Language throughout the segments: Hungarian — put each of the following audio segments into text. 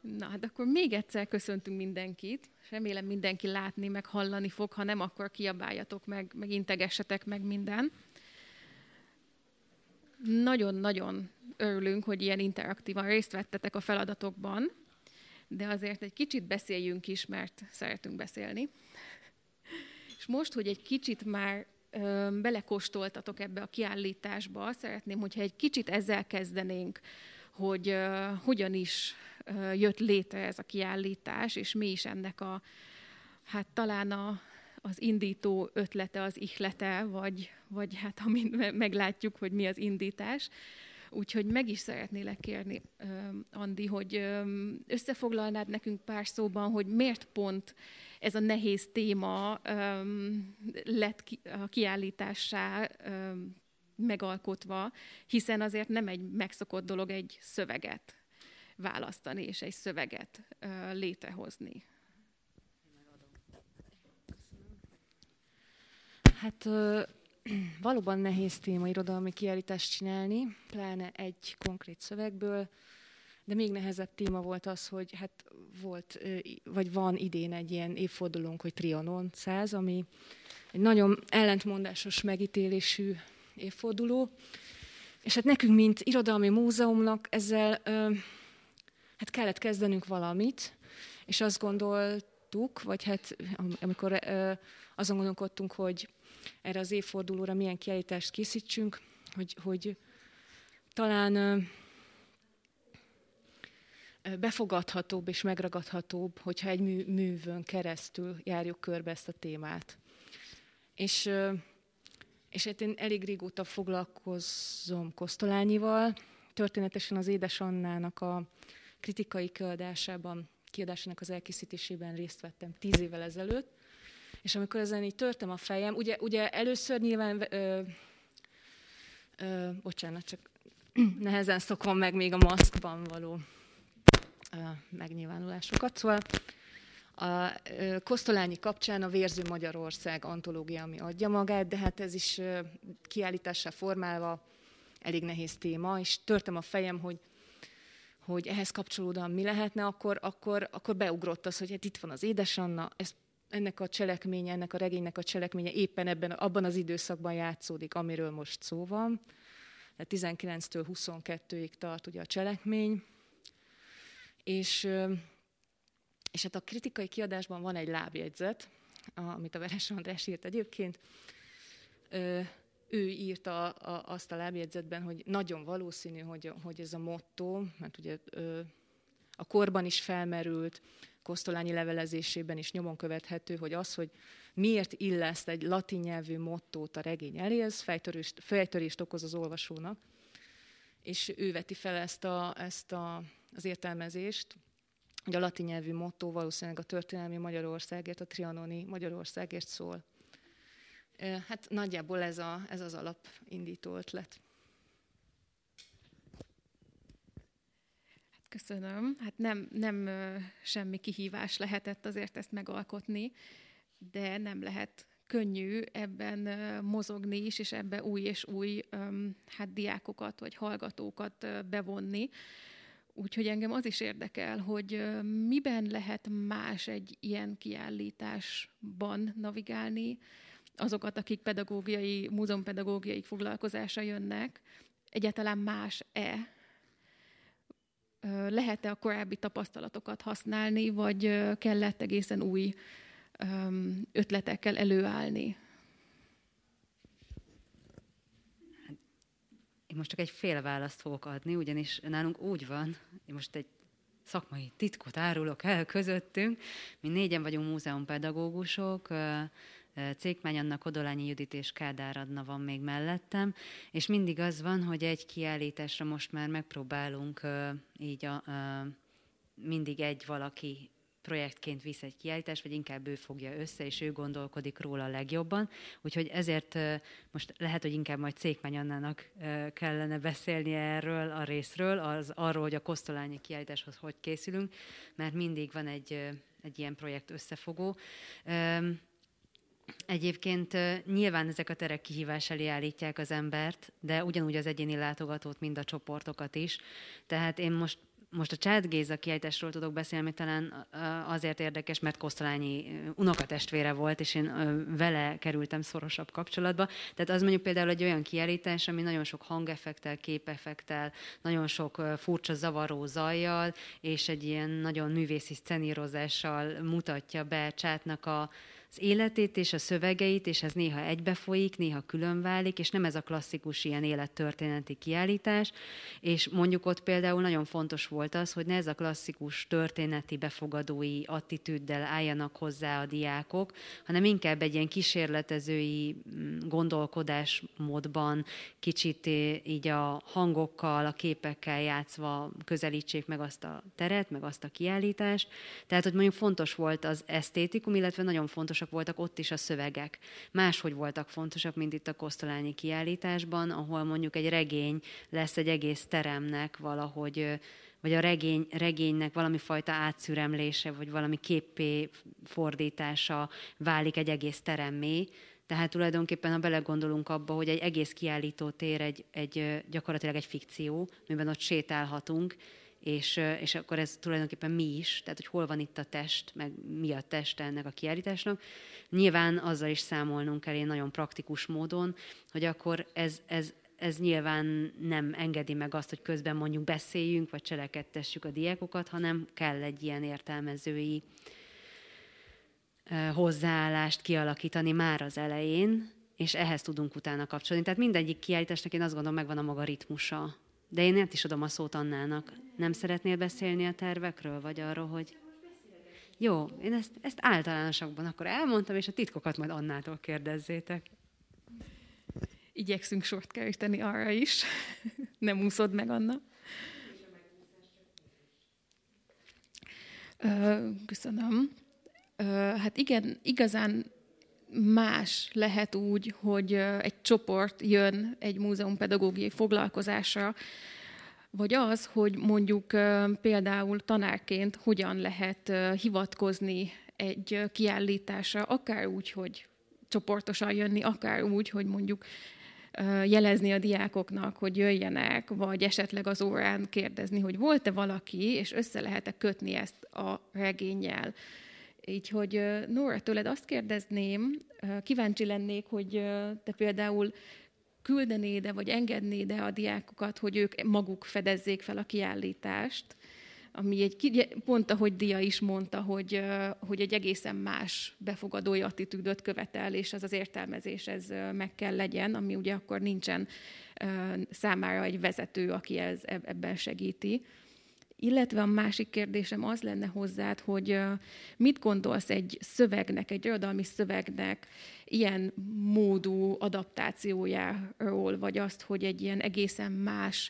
Na, hát akkor még egyszer köszöntünk mindenkit. Remélem mindenki látni, meg hallani fog, ha nem, akkor kiabáljatok meg integessetek meg minden. Nagyon-nagyon örülünk, hogy ilyen interaktívan részt vettetek a feladatokban, de azért egy kicsit beszéljünk is, mert szeretünk beszélni. És most, hogy egy kicsit már belekóstoltatok ebbe a kiállításba, szeretném, hogyha egy kicsit ezzel kezdenénk, hogy hogyan is jött létre ez a kiállítás, és mi is ennek hát talán az indító ötlete, az ihlete, vagy hát amint meglátjuk, hogy mi az indítás. Úgyhogy meg is szeretnélek kérni, Andi, hogy összefoglalnád nekünk pár szóban, hogy miért pont ez a nehéz téma lett a kiállítássá megalkotva, hiszen azért nem egy megszokott dolog egy szöveget választani, és egy szöveget létrehozni. Hát valóban nehéz téma irodalmi kiállítást csinálni, pláne egy konkrét szövegből, de még nehezebb téma volt az, hogy hát volt, vagy van idén egy ilyen évfordulónk, hogy Trianon 100, ami egy nagyon ellentmondásos megítélésű évforduló, és hát nekünk, mint irodalmi múzeumnak ezzel hát kellett kezdenünk valamit, és azt gondoltuk, vagy hát amikor azon gondolkodtunk, hogy erre az évfordulóra milyen kiállítást készítsünk, hogy talán befogadhatóbb és megragadhatóbb, hogyha egy művön keresztül járjuk körbe ezt a témát. És hát én elég régóta foglalkozom Kosztolányival, történetesen az Édes Annának a kritikai kiadásának az elkészítésében részt vettem 10 évvel ezelőtt, és amikor ezen így törtem a fejem, ugye először nyilván, bocsánat, csak nehezen szokom meg még a maszkban való megnyilvánulásokat. Szóval a Kosztolányi kapcsán a Vérző Magyarország antológia, ami adja magát, de hát ez is kiállítássá formálva elég nehéz téma, és törtem a fejem, hogy ehhez kapcsolódóan mi lehetne, akkor beugrott az, hogy hát itt van az Édes Anna, ennek a regénynek a cselekménye éppen abban az időszakban játszódik, amiről most szó van. Tehát 19-től 22-ig tart ugye a cselekmény. És hát a kritikai kiadásban van egy lábjegyzet, amit a Veres András írt egyébként. Ő írta azt a lábjegyzetben, hogy nagyon valószínű, hogy ez a motto, mert ugye a korban is felmerült, Kosztolányi levelezésében is nyomon követhető, hogy miért illeszt egy latin nyelvű mottót a regény elé, ez fejtörést okoz az olvasónak. És ő veti fel ezt az értelmezést, hogy a latin nyelvű mottó valószínűleg a történelmi Magyarországért, a trianoni Magyarországért szól. Hát nagyjából ez az alapindító ötlet. Köszönöm. Hát nem semmi kihívás lehetett azért ezt megalkotni, de nem lehet könnyű ebben mozogni is, és ebbe új és új diákokat vagy hallgatókat bevonni. Úgyhogy engem az is érdekel, hogy miben lehet más egy ilyen kiállításban navigálni, azokat, akik múzeumpedagógiai foglalkozásra jönnek, egyáltalán más-e? Lehet-e a korábbi tapasztalatokat használni, vagy kellett egészen új ötletekkel előállni? Én most csak egy fél választ fogok adni, ugyanis nálunk úgy van, én most egy szakmai titkot árulok el közöttünk, mi 4-en vagyunk múzeumpedagógusok, Cékmány Anna, Kodolányi Judit és Kádár Adna van még mellettem, és mindig az van, hogy egy kiállításra most már megpróbálunk így mindig egy valaki projektként visz egy kiállítást, vagy inkább ő fogja össze, és ő gondolkodik róla a legjobban. Úgyhogy ezért most lehet, hogy inkább majd Cékmány Annának kellene beszélnie erről a részről, arról, hogy a kosztolányi kiállításhoz hogy készülünk, mert mindig van egy ilyen projekt összefogó. Egyébként nyilván ezek a terek kihívás elé állítják az embert, de ugyanúgy az egyéni látogatót, mind a csoportokat is. Tehát én most most a Csád Géza kiállításról tudok beszélni, talán azért érdekes, mert Kosztolányi unokatestvére volt, és én vele kerültem szorosabb kapcsolatba. Tehát az mondjuk például egy olyan kiállítás, ami nagyon sok hangeffektel, képeffektel, nagyon sok furcsa zavaró zajjal, és egy ilyen nagyon művészi szcenírozással mutatja be Csátnak az életét és a szövegeit, és ez néha egybefolyik, néha külön válik, és nem ez a klasszikus ilyen élettörténeti kiállítás, és mondjuk ott például nagyon fontos volt az, hogy ne ez a klasszikus történeti befogadói attitűddel álljanak hozzá a diákok, hanem inkább egy ilyen kísérletezői gondolkodásmódban kicsit így a hangokkal, a képekkel játszva közelítsék meg azt a teret, meg azt a kiállítást. Tehát, hogy mondjuk fontos volt az esztétikum, illetve nagyon fontosak voltak ott is a szövegek. Máshogy voltak fontosak, mint itt a Kosztolányi kiállításban, ahol mondjuk egy regény lesz egy egész teremnek valahogy, vagy a regénynek valami fajta átszüremlése, vagy valami képpé fordítása válik egy egész teremmé. Tehát tulajdonképpen, ha belegondolunk abba, hogy egy egész kiállítótér gyakorlatilag egy fikció, amiben ott sétálhatunk, és akkor ez tulajdonképpen mi is, tehát hogy hol van itt a test, meg mi a test ennek a kiállításnak. Nyilván azzal is számolnunk kell én nagyon praktikus módon, hogy akkor ez nyilván nem engedi meg azt, hogy közben mondjuk beszéljünk, vagy cselekedtessük a diákokat, hanem kell egy ilyen értelmezői hozzáállást kialakítani már az elején, és ehhez tudunk utána kapcsolni. Tehát mindegyik kiállításnak én azt gondolom, megvan a maga ritmusa. De én át is adom a szót Annának. Nem szeretnél beszélni a tervekről, vagy arról, hogy... Jó, én ezt általánosakban akkor elmondtam, és a titkokat majd Annától kérdezzétek. Igyekszünk sort keríteni arra is. Nem úszod meg, Anna. Köszönöm. Hát igen, igazán más lehet úgy, hogy egy csoport jön egy múzeumpedagógiai foglalkozásra, vagy az, hogy mondjuk például tanárként hogyan lehet hivatkozni egy kiállításra, akár úgy, hogy csoportosan jönni, akár úgy, hogy mondjuk jelezni a diákoknak, hogy jöjjenek, vagy esetleg az órán kérdezni, hogy volt-e valaki, és össze lehet-e kötni ezt a regénnyel. Így, hogy Nóra, tőled azt kérdezném, kíváncsi lennék, hogy te például küldenéd-e, vagy engednéd-e a diákokat, hogy ők maguk fedezzék fel a kiállítást, ami pont ahogy Dia is mondta, hogy egy egészen más befogadói attitűdöt követel, és az értelmezés ez meg kell legyen, ami ugye akkor nincsen számára egy vezető, aki ebben segíti. Illetve a másik kérdésem az lenne hozzád, hogy mit gondolsz egy szövegnek, egy irodalmi szövegnek ilyen módú adaptációjáról, vagy azt, hogy egy ilyen egészen más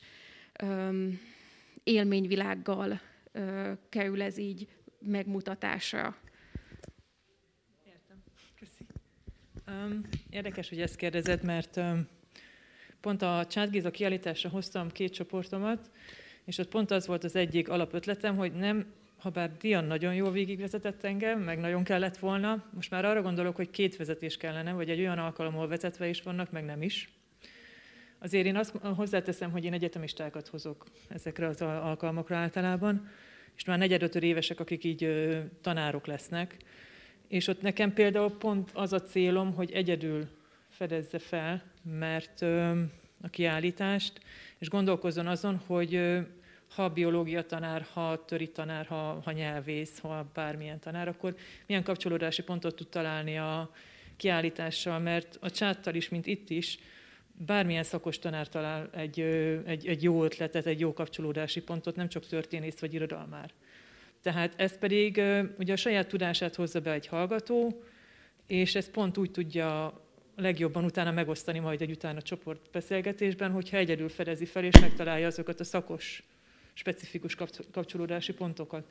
élményvilággal kerül ez így megmutatásra. Értem. Köszi. Érdekes, hogy ezt kérdezed, mert pont a Csád Géza kiállításra hoztam 2 csoportomat, és ott pont az volt az egyik alapötletem, hogy nem, habár Dian nagyon jól végigvezetett engem, meg nagyon kellett volna, most már arra gondolok, hogy 2 vezetés kellene, vagy egy olyan alkalommal vezetve is vannak, meg nem is. Azért én azt hozzáteszem, hogy én egyetemistákat hozok ezekre az alkalmakra általában, és már 4-5 évesek, akik így tanárok lesznek, és ott nekem például pont az a célom, hogy egyedül fedezze fel, mert a kiállítást, és gondolkozzon azon, hogy ha biológia tanár, ha töri tanár, ha nyelvész, ha bármilyen tanár, akkor milyen kapcsolódási pontot tud találni a kiállítással, mert a Csáttal is, mint itt is, bármilyen szakos tanár talál egy jó ötletet, egy jó kapcsolódási pontot, nem csak történész vagy irodalmár. Tehát ez pedig ugye a saját tudását hozza be egy hallgató, és ez pont úgy tudja legjobban utána megosztani majd egy utána csoportbeszélgetésben, hogyha egyedül fedezi fel, és megtalálja azokat a szakos, specifikus kapcsolódási pontokat.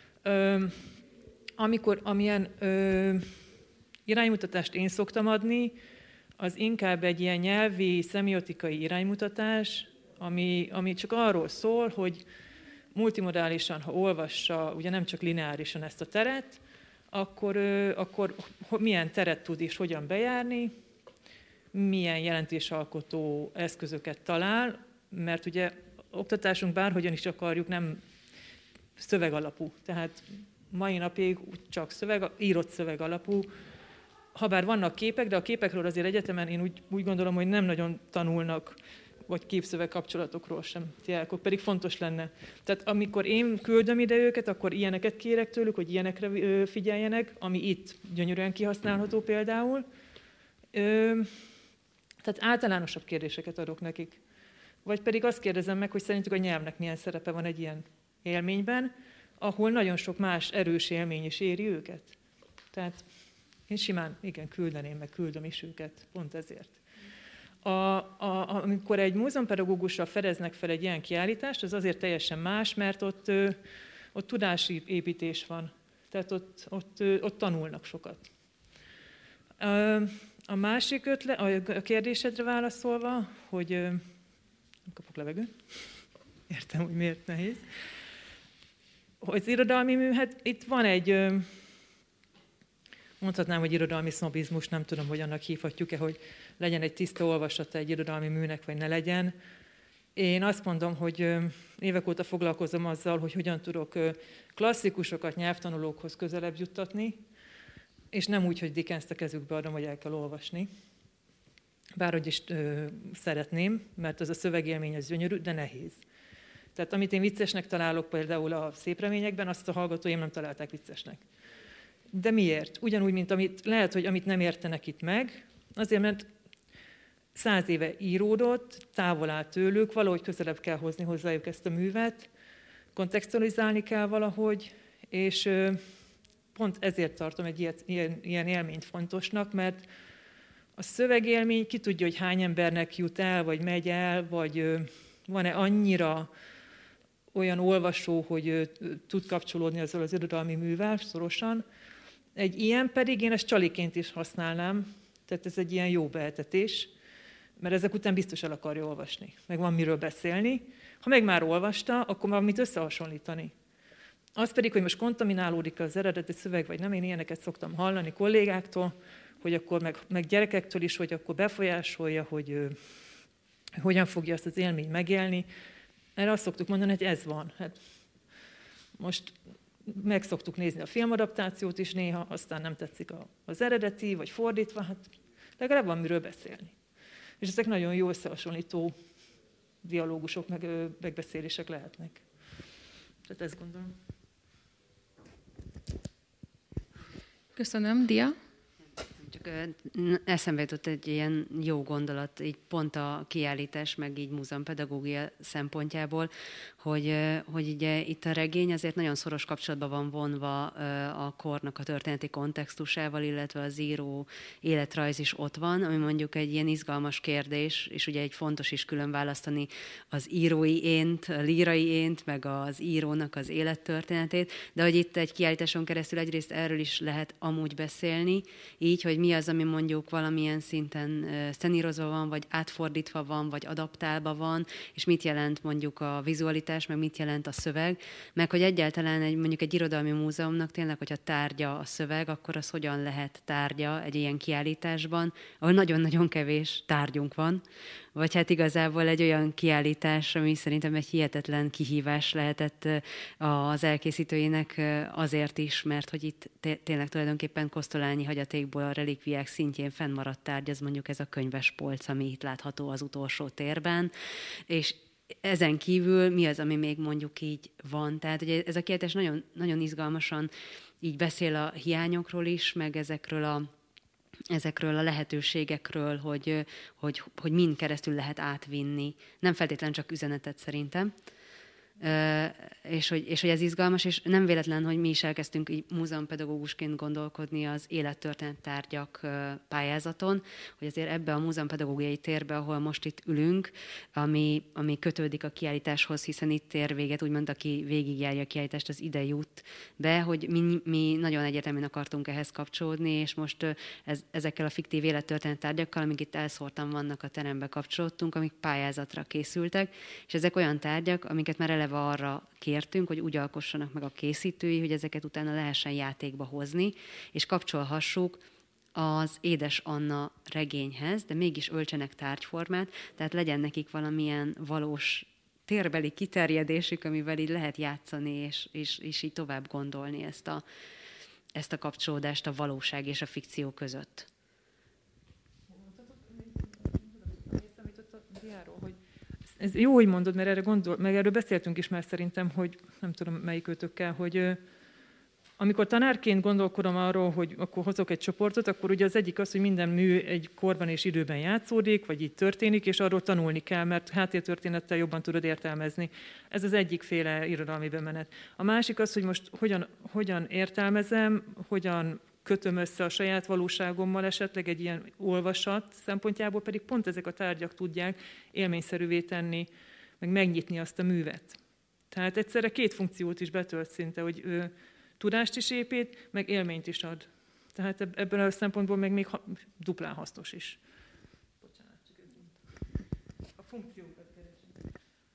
Amilyen iránymutatást én szoktam adni, az inkább egy ilyen nyelvi, szemiotikai iránymutatás, ami csak arról szól, hogy multimodálisan, ha olvassa, ugye nem csak lineárisan ezt a teret, akkor milyen teret tud és hogyan bejárni, milyen jelentésalkotó eszközöket talál, mert ugye oktatásunk bárhogyan is akarjuk, nem szöveg alapú. Tehát mai napig csak írott szöveg alapú. Habár vannak képek, de a képekről azért egyetemen én úgy gondolom, hogy nem nagyon tanulnak, vagy képszöveg kapcsolatokról sem diákok, pedig fontos lenne. Tehát amikor én küldöm ide őket, akkor ilyeneket kérek tőlük, hogy ilyenekre figyeljenek, ami itt gyönyörűen kihasználható például. Tehát általánosabb kérdéseket adok nekik. Vagy pedig azt kérdezem meg, hogy szerintük a nyelvnek milyen szerepe van egy ilyen élményben, ahol nagyon sok más erős élmény is éri őket. Tehát én simán, igen, küldeném, meg küldöm is őket, pont ezért. Amikor egy múzeumpedagógussal fedeznek fel egy ilyen kiállítást, az azért teljesen más, mert ott tudási építés van. Tehát ott tanulnak sokat. A másik a kérdésedre válaszolva, hogy nem kapok levegőt, értem, hogy miért nehéz. Az irodalmi mű, hát itt van egy, mondhatnám, hogy irodalmi sznobizmus, nem tudom, hogy annak hívhatjuk-e, hogy legyen egy tiszta olvasata egy irodalmi műnek, vagy ne legyen. Én azt mondom, hogy évek óta foglalkozom azzal, hogy hogyan tudok klasszikusokat nyelvtanulókhoz közelebb juttatni, és nem úgy, hogy Dickenst a kezükbe adom, hogy el kell olvasni. Bárhogy is szeretném, mert az a szövegélmény az gyönyörű, de nehéz. Tehát amit én viccesnek találok például a Szép reményekben, azt a hallgatóim nem találták viccesnek. De miért? Ugyanúgy, mint amit nem értenek itt meg, azért, mert 100 éve íródott, távol áll tőlük, valahogy közelebb kell hozni hozzájuk ezt a művet, kontextualizálni kell valahogy, és pont ezért tartom egy ilyen élményt fontosnak, mert a szövegélmény ki tudja, hogy hány embernek jut el, vagy megy el, vagy van-e annyira olyan olvasó, hogy tud kapcsolódni azzal az irodalmi művel szorosan. Egy ilyen pedig én ezt csaliként is használnám, tehát ez egy ilyen jó beetetés, mert ezek után biztos el akarja olvasni, meg van miről beszélni. Ha meg már olvasta, akkor van mit összehasonlítani. Az pedig, hogy most kontaminálódik az eredeti szöveg, vagy nem, én ilyeneket szoktam hallani kollégáktól, hogy akkor meg gyerekektől is, hogy akkor befolyásolja, hogy hogyan fogja ezt az élményt megélni. Erre azt szoktuk mondani, hogy ez van. Hát most meg szoktuk nézni a filmadaptációt is néha, aztán nem tetszik az eredeti, vagy fordítva, hát legalább van miről beszélni. És ezek nagyon jó összehasonlító dialógusok, meg megbeszélések lehetnek. Tehát ezt gondolom. Köszönöm. Dia? Csak eszembe jutott egy ilyen jó gondolat, így pont a kiállítás, meg így múzeumpedagógia szempontjából, hogy ugye itt a regény azért nagyon szoros kapcsolatban van vonva a kornak a történeti kontextusával, illetve az író életrajz is ott van, ami mondjuk egy ilyen izgalmas kérdés, és ugye egy fontos is külön választani az írói ént, a lírai ént, meg az írónak az élettörténetét, de hogy itt egy kiállításon keresztül egyrészt erről is lehet amúgy beszélni, így, hogy mi az, ami mondjuk valamilyen szinten szenírozva van, vagy átfordítva van, vagy adaptálva van, és mit jelent mondjuk a vizualitás, meg mit jelent a szöveg, meg hogy egyáltalán mondjuk egy irodalmi múzeumnak tényleg, hogyha tárgya a szöveg, akkor az hogyan lehet tárgya egy ilyen kiállításban, ahol nagyon-nagyon kevés tárgyunk van, vagy hát igazából egy olyan kiállítás, ami szerintem egy hihetetlen kihívás lehetett az elkészítőjének azért is, mert hogy itt tényleg tulajdonképpen kosztolányi hagyatékból a relikviák szintjén fennmaradt tárgy, az mondjuk ez a könyvespolc, ami itt látható az utolsó térben, és ezen kívül mi az, ami még mondjuk így van. Tehát ugye ez a kiállítás nagyon, nagyon izgalmasan így beszél a hiányokról is, meg ezekről a lehetőségekről, hogy mind keresztül lehet átvinni. Nem feltétlenül csak üzenetet szerintem. És hogy ez izgalmas, és nem véletlen, hogy mi is elkezdtünk így múzeumpedagógusként gondolkodni az élettörténet tárgyak pályázaton, hogy azért ebbe a múzeumpedagógiai térbe, ahol most itt ülünk, ami kötődik a kiállításhoz, hiszen itt ér véget, úgymond aki végigjárja a kiállítást, az ide jut be, hogy mi nagyon egyetemen akartunk ehhez kapcsolódni, és most ezekkel a fiktív élettörténet tárgyakkal, amik itt elszórtan vannak a terembe kapcsolódtunk, amik pályázatra készültek, és ezek olyan tárgyak, amiket már eleve arra kértünk, hogy úgy alkossanak meg a készítői, hogy ezeket utána lehessen játékba hozni, és kapcsolhassuk az Édes Anna regényhez, de mégis öltsenek tárgyformát, tehát legyen nekik valamilyen valós térbeli kiterjedésük, amivel így lehet játszani, és így tovább gondolni ezt a kapcsolódást a valóság és a fikció között. Ez jó, hogy mondod, mert erről beszéltünk is már szerintem, hogy nem tudom melyikőtökkel, hogy amikor tanárként gondolkodom arról, hogy akkor hozok egy csoportot, akkor ugye az egyik az, hogy minden mű egy korban és időben játszódik, vagy így történik, és arról tanulni kell, mert háttértörténettel jobban tudod értelmezni. Ez az egyikféle irodalmi bemenet. A másik az, hogy most hogyan értelmezem, hogyan kötöm össze a saját valóságommal, esetleg egy ilyen olvasat szempontjából pedig pont ezek a tárgyak tudják élményszerűvé tenni, meg megnyitni azt a művet. Tehát egyszerre két funkciót is betölt szinte, hogy tudást is épít, meg élményt is ad. Tehát ebből a szempontból még duplán hasznos is. Bocsánat, csak a funkciókat keresünk.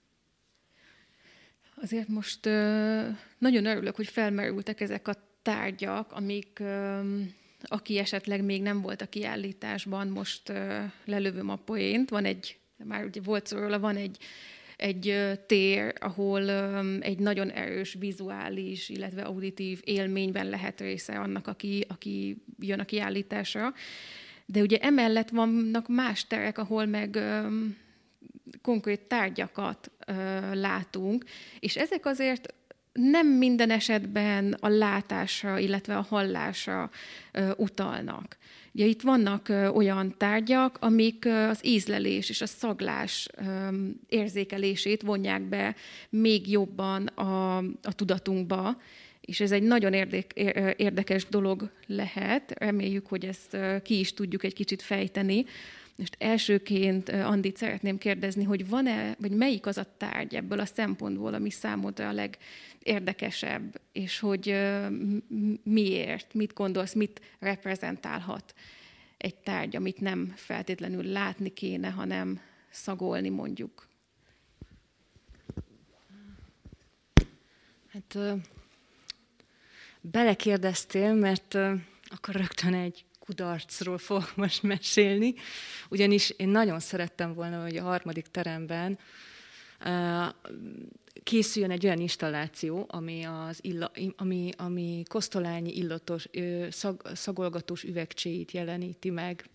Azért most nagyon örülök, hogy felmerültek ezek a tárgyak, amik, aki esetleg még nem volt a kiállításban, most lelövöm a poént. Már ugye volt szó róla, van egy tér, ahol egy nagyon erős vizuális, illetve auditív élményben lehet része annak, aki jön a kiállításra. De ugye emellett vannak más terek, ahol meg konkrét tárgyakat látunk, és ezek azért nem minden esetben a látásra, illetve a hallásra utalnak. Ugye itt vannak olyan tárgyak, amik az ízlelés és a szaglás érzékelését vonják be még jobban a tudatunkba, és ez egy nagyon érdekes dolog lehet. Reméljük, hogy ezt ki is tudjuk egy kicsit fejteni. Most elsőként, Andit, szeretném kérdezni, hogy van-e, vagy melyik az a tárgy ebből a szempontból, ami számodra a legérdekesebb, és hogy miért, mit gondolsz, mit reprezentálhat egy tárgy, amit nem feltétlenül látni kéne, hanem szagolni, mondjuk. Hát belekérdeztél, mert akkor rögtön egy kudarcról fogok most mesélni, ugyanis én nagyon szerettem volna, hogy a harmadik teremben készüljön egy olyan installáció, ami Kosztolányi illatos, szagolgatós üvegcséit jeleníti meg.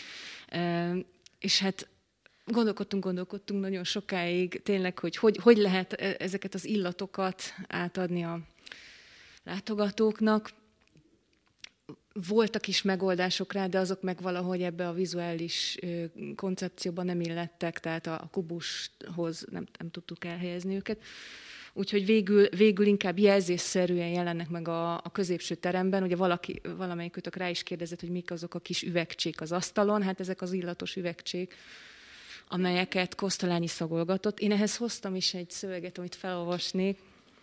És hát gondolkodtunk nagyon sokáig tényleg, hogy lehet ezeket az illatokat átadni a látogatóknak. Voltak is megoldások rá, de azok meg valahogy ebbe a vizuális koncepcióban nem illettek, tehát a kubushoz nem tudtuk elhelyezni őket. Úgyhogy végül inkább jelzésszerűen jelennek meg a középső teremben. Ugye valamelyikőtök rá is kérdezett, hogy mik azok a kis üvegcsék az asztalon. Hát ezek az illatos üvegcsék, amelyeket Kosztolányi szagolgatott. Én ehhez hoztam is egy szöveget, amit felolvasnék.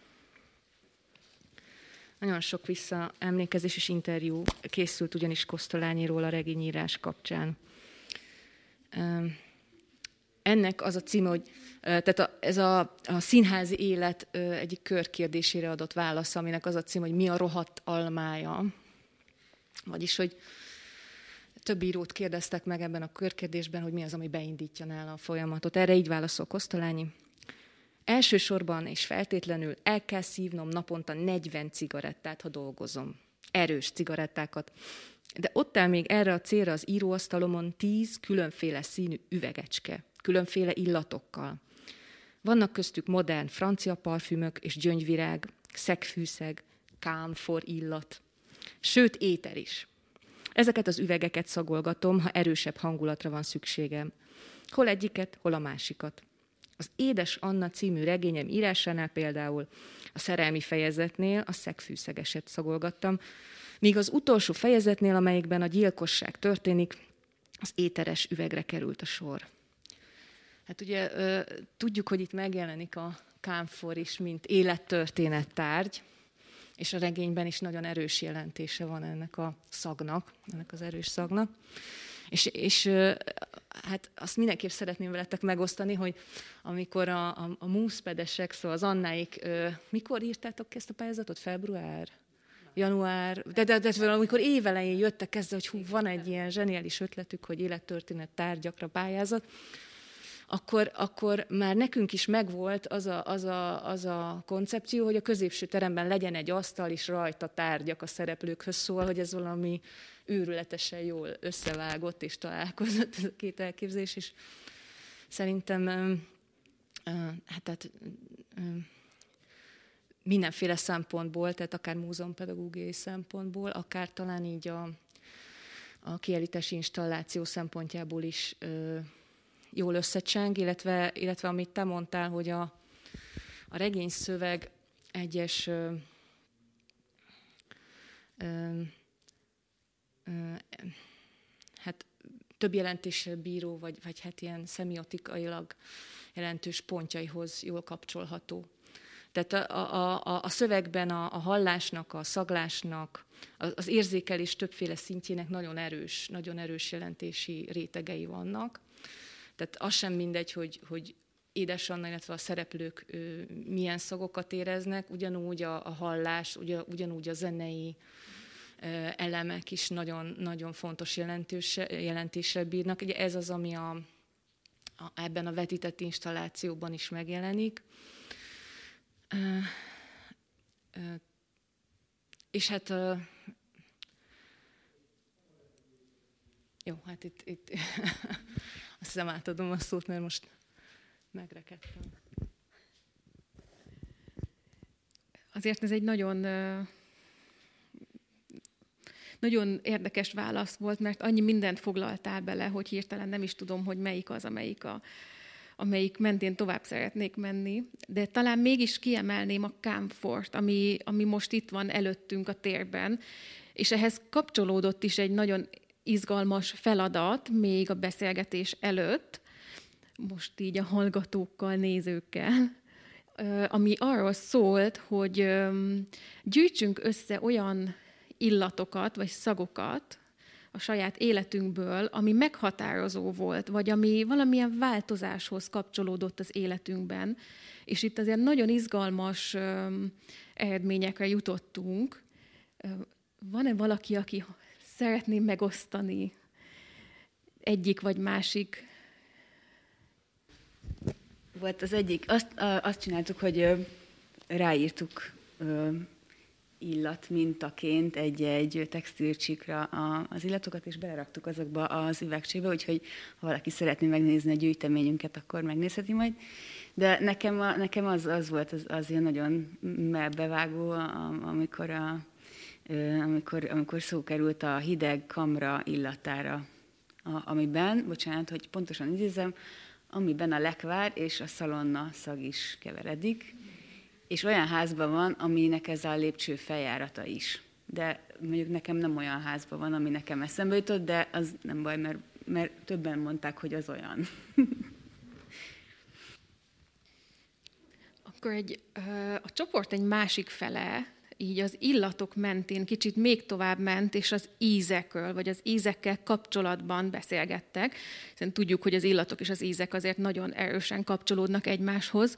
Nagyon sok visszaemlékezés és interjú készült ugyanis Kosztolányiról a regényírás kapcsán. Ennek az a címe, hogy ez a színházi élet egyik körkérdésére adott válasz, aminek az a címe, hogy mi a rohadt almája. Vagyis, hogy több írót kérdeztek meg ebben a körkérdésben, hogy mi az, ami beindítja nála a folyamatot. Erre így válaszol Kosztolányi. Elsősorban és feltétlenül el kell szívnom naponta 40 cigarettát, ha dolgozom. Erős cigarettákat. De ott áll még erre a célra az íróasztalomon 10 különféle színű üvegecske, különféle illatokkal. Vannak köztük modern francia parfümök és gyöngyvirág, szegfűszeg, kámfor illat, sőt éter is. Ezeket az üvegeket szagolgatom, ha erősebb hangulatra van szükségem. Hol egyiket, hol a másikat. Az Édes Anna című regényem írásánál például a szerelmi fejezetnél a szegfűszegeset szagolgattam, míg az utolsó fejezetnél, amelyikben a gyilkosság történik, az éteres üvegre került a sor. Hát ugye tudjuk, hogy itt megjelenik a kámfor is, mint élettörténet tárgy, és a regényben is nagyon erős jelentése van ennek a szagnak, ennek az erős szagnak. És hát azt mindenképp szeretném veletek megosztani, hogy amikor a múszpedesek, szóval az Annáik, mikor írtátok ki ezt a pályázatot? Február? Január? De amikor évelején jöttek ezzel, hogy van egy ilyen zseniális ötletük, hogy élettörténet tárgyakra pályázat, akkor már nekünk is megvolt az a koncepció, hogy a középső teremben legyen egy asztal, és rajta tárgyak a szereplőkhöz, szóval, hogy ez valami őrületesen jól összevágott és találkozott ez a két elképzelés, és szerintem mindenféle szempontból, tehát akár múzeumpedagógiai szempontból, akár talán így a kiállítási installáció szempontjából is jól összecseng, illetve amit te mondtál, hogy a regényszöveg egyes hát több jelentéssel bíró, vagy hát ilyen szemiotikailag jelentős pontjaihoz jól kapcsolható. Tehát a szövegben a hallásnak, a szaglásnak, az érzékelés többféle szintjének nagyon erős jelentési rétegei vannak. Tehát az sem mindegy, hogy Édes Anna, illetve a szereplők milyen szagokat éreznek, ugyanúgy a hallás, ugyanúgy a zenei elemek is nagyon, nagyon fontos jelentéssel bírnak. Ugye ez az, ami ebben a vetített installációban is megjelenik. És hát jó, hát itt azt hiszem átadom a szót, mert most megrekedtem. Azért ez egy nagyon érdekes válasz volt, mert annyi mindent foglaltál bele, hogy hirtelen nem is tudom, hogy melyik az, amelyik mentén tovább szeretnék menni. De talán mégis kiemelném a Kámfort, ami most itt van előttünk a térben, és ehhez kapcsolódott is egy nagyon izgalmas feladat még a beszélgetés előtt, most így a hallgatókkal, nézőkkel, ami arról szólt, hogy gyűjtsünk össze olyan illatokat, vagy szagokat a saját életünkből, ami meghatározó volt, vagy ami valamilyen változáshoz kapcsolódott az életünkben. És itt azért nagyon izgalmas eredményekre jutottunk. Van-e valaki, aki szeretné megosztani egyik vagy másik? Volt az egyik, azt csináltuk, hogy ráírtuk illatmintaként egy textilcsíkra az illatokat, és beleraktuk azokba az üvegcsébe, úgyhogy ha valaki szeretné megnézni a gyűjteményünket, akkor megnézheti majd. De nekem az volt az ilyen nagyon bevágó, amikor szó került a hideg kamra illatára, amiben, bocsánat, hogy pontosan idézem, amiben a lekvár és a szalonna szag is keveredik, és olyan házban van, aminek ez a lépcső feljárata is. De mondjuk nekem nem olyan házban van, ami nekem eszembe jutott, de az nem baj, mert többen mondták, hogy az olyan. Akkor a csoport egy másik fele, így az illatok mentén kicsit még tovább ment, és az ízekről, vagy az ízekkel kapcsolatban beszélgettek. Hiszen tudjuk, hogy az illatok és az ízek azért nagyon erősen kapcsolódnak egymáshoz.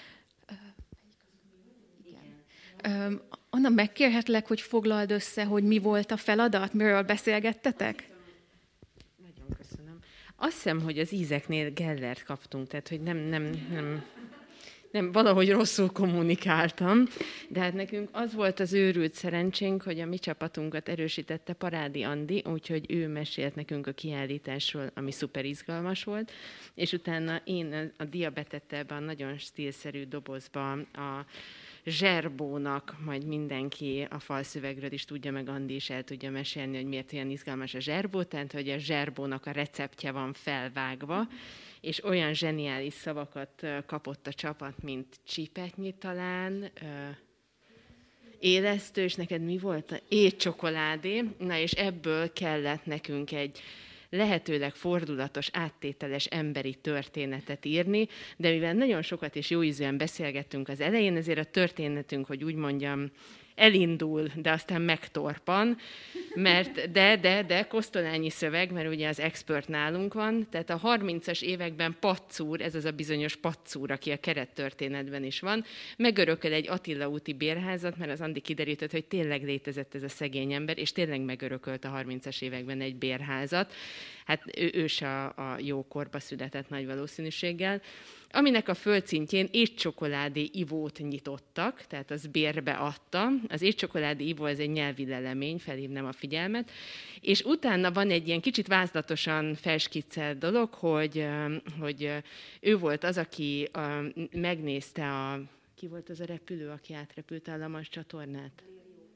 Anna, megkérhetlek, hogy foglald össze, hogy mi volt a feladat, miről beszélgettetek? Nagyon köszönöm. Azt hiszem, hogy az ízeknél Gellert kaptunk, tehát hogy nem, valahogy rosszul kommunikáltam, de hát nekünk az volt az őrült szerencsénk, hogy a mi csapatunkat erősítette Parádi Andi, úgyhogy ő mesélt nekünk a kiállításról, ami szuper izgalmas volt, és utána én a diabetettel ebben a nagyon stílszerű dobozban a zserbónak, majd mindenki a falszövegről is tudja, meg Andi is el tudja mesélni, hogy miért olyan izgalmas a zserbó, tehát hogy a zserbónak a receptje van felvágva, és olyan zseniális szavakat kapott a csapat, mint csipetnyi talán, élesztő, és neked mi volt? Étcsokoládé. Na, és ebből kellett nekünk egy lehetőleg fordulatos, áttételes emberi történetet írni, de mivel nagyon sokat és jóízűen beszélgettünk az elején, ezért a történetünk, hogy úgy mondjam, elindul, de aztán megtorpan, mert de kosztolányi szöveg, mert ugye az expert nálunk van, tehát a 30-as években Patzúr, ez az a bizonyos Patzúr, aki a kerettörténetben is van, megörököl egy Attila úti bérházat, mert az Andi kiderített, hogy tényleg létezett ez a szegény ember, és tényleg megörökölt a 30-as években egy bérházat. hát ő se a jó korba született nagy valószínűséggel, aminek a földszintjén étcsokoládé ivót nyitottak, tehát az bérbe adta. Az étcsokoládé ivó, ez egy nyelvi lelemény, felhívnám a figyelmet, és utána van egy ilyen kicsit vázlatosan felskiccelt dolog, hogy ő volt az, aki megnézte ki volt az a repülő, aki átrepülte a Lamas csatornát?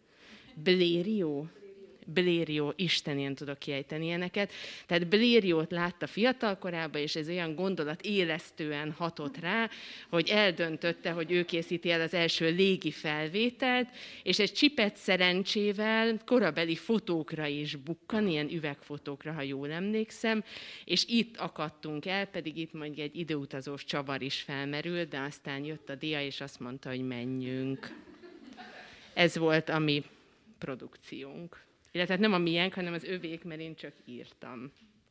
Blériot, Isten, én tudok kiejteni ilyeneket. Tehát Blériot látta fiatalkorában, és ez olyan gondolat élesztően hatott rá, hogy eldöntötte, hogy ő készíti el az első légi felvételt, és egy csipet szerencsével korabeli fotókra is bukkan, ilyen üvegfotókra, ha jól emlékszem, és itt akadtunk el, pedig itt mondjuk egy időutazós csavar is felmerült, de aztán jött a dia, és azt mondta, hogy menjünk. Ez volt a mi produkciónk. Illetve nem a miénk, hanem az övék, mert én csak írtam.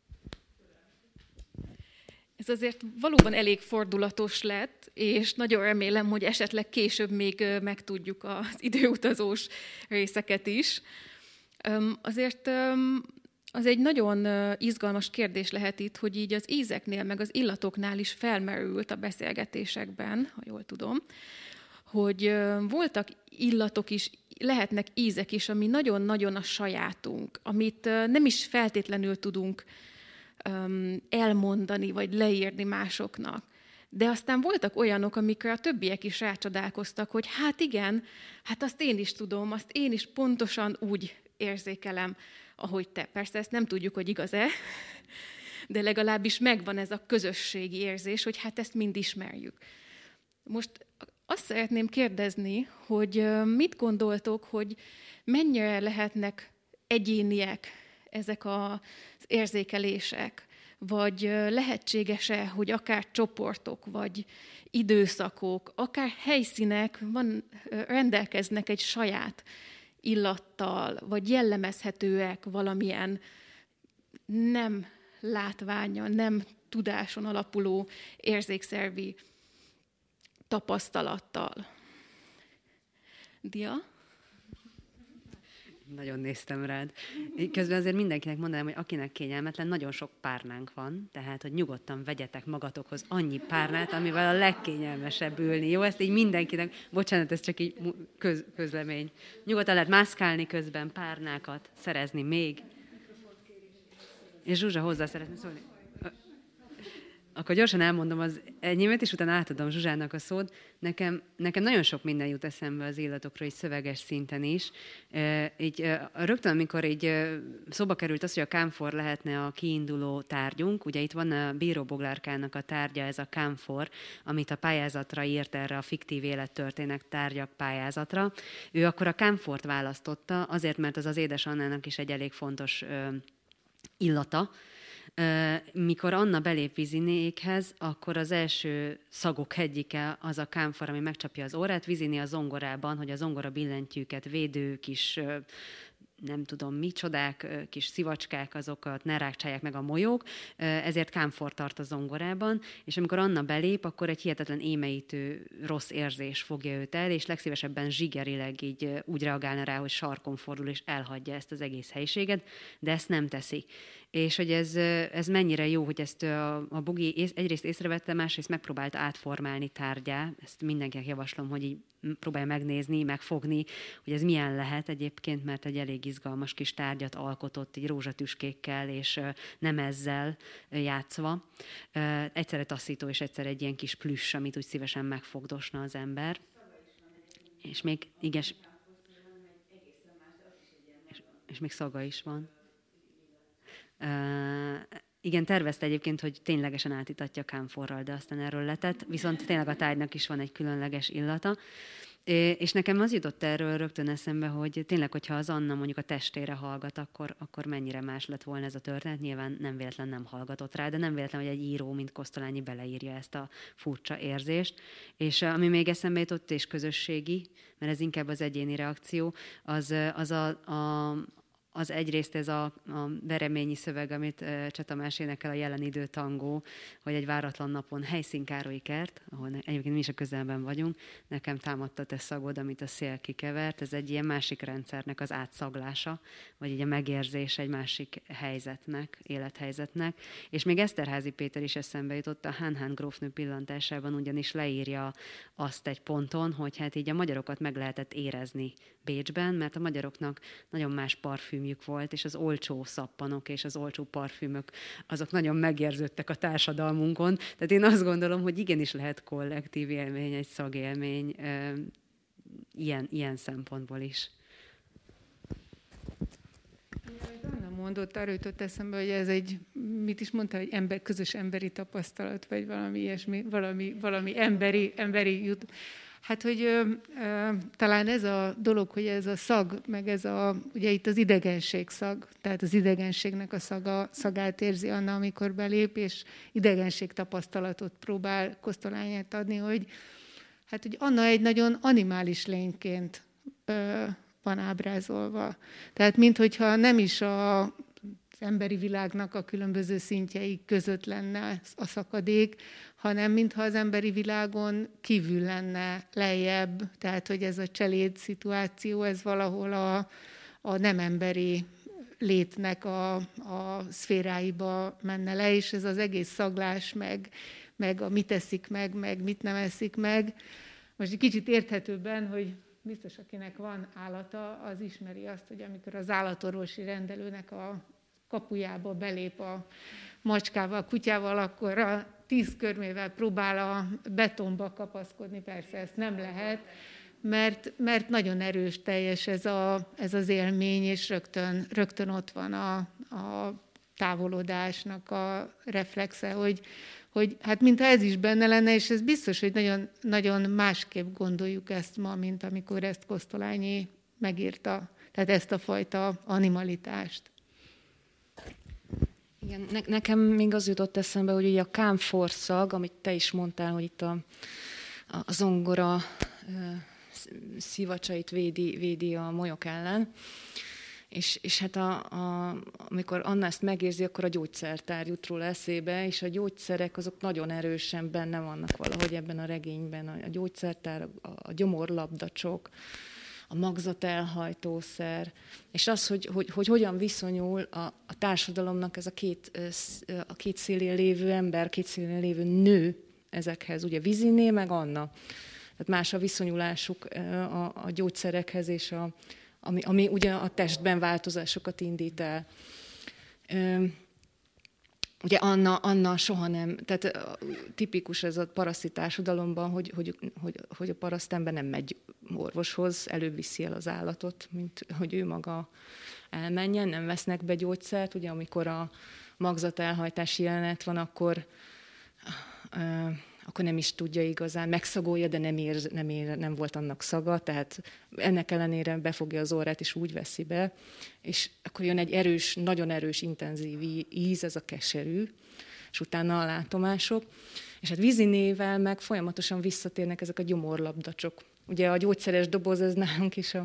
Ez azért valóban elég fordulatos lett, és nagyon remélem, hogy esetleg később még megtudjuk az időutazós részeket is. Azért az egy nagyon izgalmas kérdés lehet itt, hogy így az ízeknél, meg az illatoknál is felmerült a beszélgetésekben, ha jól tudom, hogy voltak illatok is, lehetnek ízek is, ami nagyon-nagyon a sajátunk, amit nem is feltétlenül tudunk elmondani, vagy leírni másoknak. De aztán voltak olyanok, amikre a többiek is rácsodálkoztak, hogy hát igen, hát azt én is tudom, azt én is pontosan úgy érzékelem, ahogy te. Persze ezt nem tudjuk, hogy igaz-e, de legalábbis megvan ez a közösségi érzés, hogy hát ezt mind ismerjük. Most azt szeretném kérdezni, hogy mit gondoltok, hogy mennyire lehetnek egyéniek ezek az érzékelések, vagy lehetséges-e, hogy akár csoportok, vagy időszakok, akár helyszínek rendelkeznek egy saját illattal, vagy jellemezhetőek valamilyen nem látványon, nem tudáson alapuló érzékszervi tapasztalattal. Dia? Nagyon néztem rád. Közben azért mindenkinek mondanám, hogy akinek kényelmetlen, nagyon sok párnánk van, tehát, hogy nyugodtan vegyetek magatokhoz annyi párnát, amivel a legkényelmesebb ülni. Jó, ezt így mindenkinek, bocsánat, ez csak így közlemény. Nyugodtan lehet mászkálni közben, párnákat szerezni még. És Zsuzsa hozzá szeretne szólni. Akkor gyorsan elmondom az enyémet, és utána átadom Zsuzsának a szót. Nekem nagyon sok minden jut eszembe az illatokról, így szöveges szinten is. Rögtön, amikor így szóba került az, hogy a kámfor lehetne a kiinduló tárgyunk, ugye itt van a Bíró Boglárkának a tárgya, ez a kámfor, amit a pályázatra írt, erre a fiktív élettörténet tárgyak pályázatra. Ő akkor a kámfort választotta, azért, mert az Édes Annának is egy elég fontos illata. Mikor Anna belép Vizinékhez, akkor az első szagok egyike az a kámfor, ami megcsapja az órát. Viziné a zongorában, hogy a zongora billentyűket védő kis, nem tudom micsodák, kis szivacskák, azokat ne rákcsálják meg a molyók, ezért kámfor tart a zongorában, és amikor Anna belép, akkor egy hihetetlen émeítő rossz érzés fogja őt el, és legszívesebben zsigerileg így úgy reagálna rá, hogy sarkon fordul, és elhagyja ezt az egész helyiséget, de ezt nem teszi. És hogy ez mennyire jó, hogy ezt a Bogi egyrészt észrevette, másrészt megpróbálta átformálni tárgyá. Ezt mindenkinek javaslom, hogy így próbálja megnézni, megfogni, hogy ez milyen lehet egyébként, mert egy elég izgalmas kis tárgyat alkotott, így rózsatüskékkel és nem ezzel játszva. Egyszerre taszító, és egyszerre egy ilyen kis plüss, amit úgy szívesen megfogdosna az ember. És még, igen, és még szaga is van. Igen, tervezte egyébként, hogy ténylegesen átítatja kámforral, de aztán erről letett, viszont tényleg a tárgynak is van egy különleges illata. És nekem az jutott erről rögtön eszembe, hogy tényleg, hogyha az Anna mondjuk a testére hallgat, akkor mennyire más lett volna ez a történet. Nyilván nem véletlen nem hallgatott rá, de nem véletlen, hogy egy író, mint Kosztolányi beleírja ezt a furcsa érzést. És ami még eszembe jutott, és közösségi, mert ez inkább az egyéni reakció, az az egyrészt ez a vereményi szöveg, amit Csatamás énekel, a Jelen idő tangó, hogy egy váratlan napon helyszínkárolyi kert, ahol egyébként mi is a közelben vagyunk, nekem támadta te szagod, amit a szél kikevert, ez egy ilyen másik rendszernek az átszaglása, vagy így a megérzés egy másik helyzetnek, élethelyzetnek. És még Eszterházy Péter is eszembe jutott, a Hán grófnő pillantásában ugyanis leírja azt egy ponton, hogy hát így a magyarokat meg lehetett érezni Bécsben, mert a magyaroknak nagyon más parfümjük volt, és az olcsó szappanok és az olcsó parfümök, azok nagyon megérződtek a társadalmunkon. Tehát én azt gondolom, hogy igenis lehet kollektív élmény, egy szagélmény ilyen szempontból is. Anna mondott, arra jutott eszembe, hogy ez egy, mit is mondta, hogy közös emberi tapasztalat, vagy valami ilyesmi, valami emberi jut. Hát, hogy talán ez a dolog, hogy ez a szag, meg ez ugye itt az idegenség szag, tehát az idegenségnek a szagát érzi Anna, amikor belép, és idegenség tapasztalatot próbál Kosztolányát adni, hogy Anna egy nagyon animális lényként van ábrázolva. Tehát minthogyha nem is az emberi világnak a különböző szintjei között lenne a szakadék, hanem mintha az emberi világon kívül lenne, lejjebb, tehát hogy ez a cseléd szituáció, ez valahol a nem emberi létnek a szféráiba menne le, és ez az egész szaglás, meg a mit eszik meg mit nem eszik meg. Most egy kicsit érthetőbben, hogy biztos, akinek van állata, az ismeri azt, hogy amikor az állatorvosi rendelőnek a kapujába belép a macskával, a kutyával, akkor a 10 körmével próbál a betonba kapaszkodni, persze ezt nem lehet, mert nagyon erős, teljes ez az élmény, és rögtön ott van a távolodásnak a reflexe, hogy hát mintha ez is benne lenne, és ez biztos, hogy nagyon, nagyon másképp gondoljuk ezt ma, mint amikor ezt Kosztolányi megírta, tehát ezt a fajta animalitást. Igen, nekem még az jutott eszembe, hogy ugye a kámforszag, amit te is mondtál, hogy itt a zongora szivacsait védi a molyok ellen, és hát amikor Anna ezt megérzi, akkor a gyógyszertár jut róla eszébe, és a gyógyszerek azok nagyon erősen benne vannak valahogy ebben a regényben. A gyógyszertár, a gyomorlabdacsok, a magzatelhajtószer, és az, hogy hogyan viszonyul a társadalomnak ez a két szélén lévő ember, két szélén lévő nő ezekhez, ugye Viziné meg Anna. Tehát más a viszonyulásuk a gyógyszerekhez, és ami ugye a testben változásokat indít el. Ugye Anna soha nem, tehát tipikus ez a paraszti társadalomban, hogy a parasztember nem megy orvoshoz, előbb viszi el az állatot, mint hogy ő maga elmenjen, nem vesznek be gyógyszert. Ugye amikor a magzatelhajtási jelenet van, akkor nem is tudja igazán, megszagolja, de nem volt annak szaga, tehát ennek ellenére befogja az orrát, és úgy veszi be, és akkor jön egy erős, nagyon erős, intenzív íz, ez a keserű, és utána a látomások, és hát Vizinével meg folyamatosan visszatérnek ezek a gyomorlabdacsok. Ugye a gyógyszeres doboz, ez nálunk is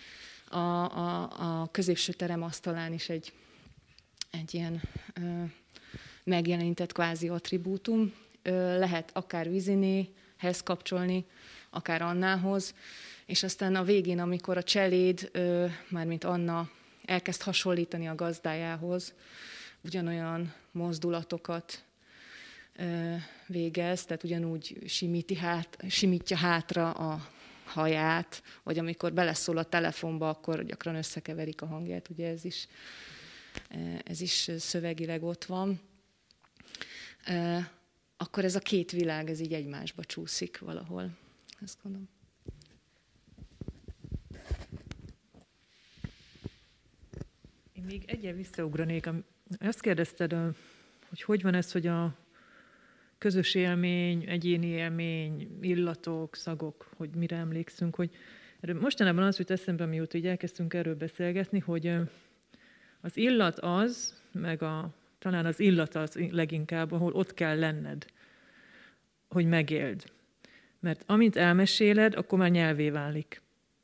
a középső terem asztalán is egy ilyen megjelenített kvázi attribútum, lehet akár Vizinéhez kapcsolni, akár Annához, és aztán a végén, amikor a cseléd, mármint Anna elkezd hasonlítani a gazdájához, ugyanolyan mozdulatokat végez, tehát ugyanúgy simítja hátra a haját, vagy amikor beleszól a telefonba, akkor gyakran összekeverik a hangját, ugye ez is szövegileg ott van. Akkor ez a két világ, ez így egymásba csúszik valahol. Ezt gondolom. Én még egyen visszaugranék. Azt kérdezted, hogy van ez, hogy a közös élmény, egyéni élmény, illatok, szagok, hogy mire emlékszünk, hogy mostanában az jut eszembe, mióta így elkezdtünk erről beszélgetni, hogy az illat az, meg talán az illat az leginkább, ahol ott kell lenned, hogy megéld. Mert amint elmeséled, akkor már nyelvé válik.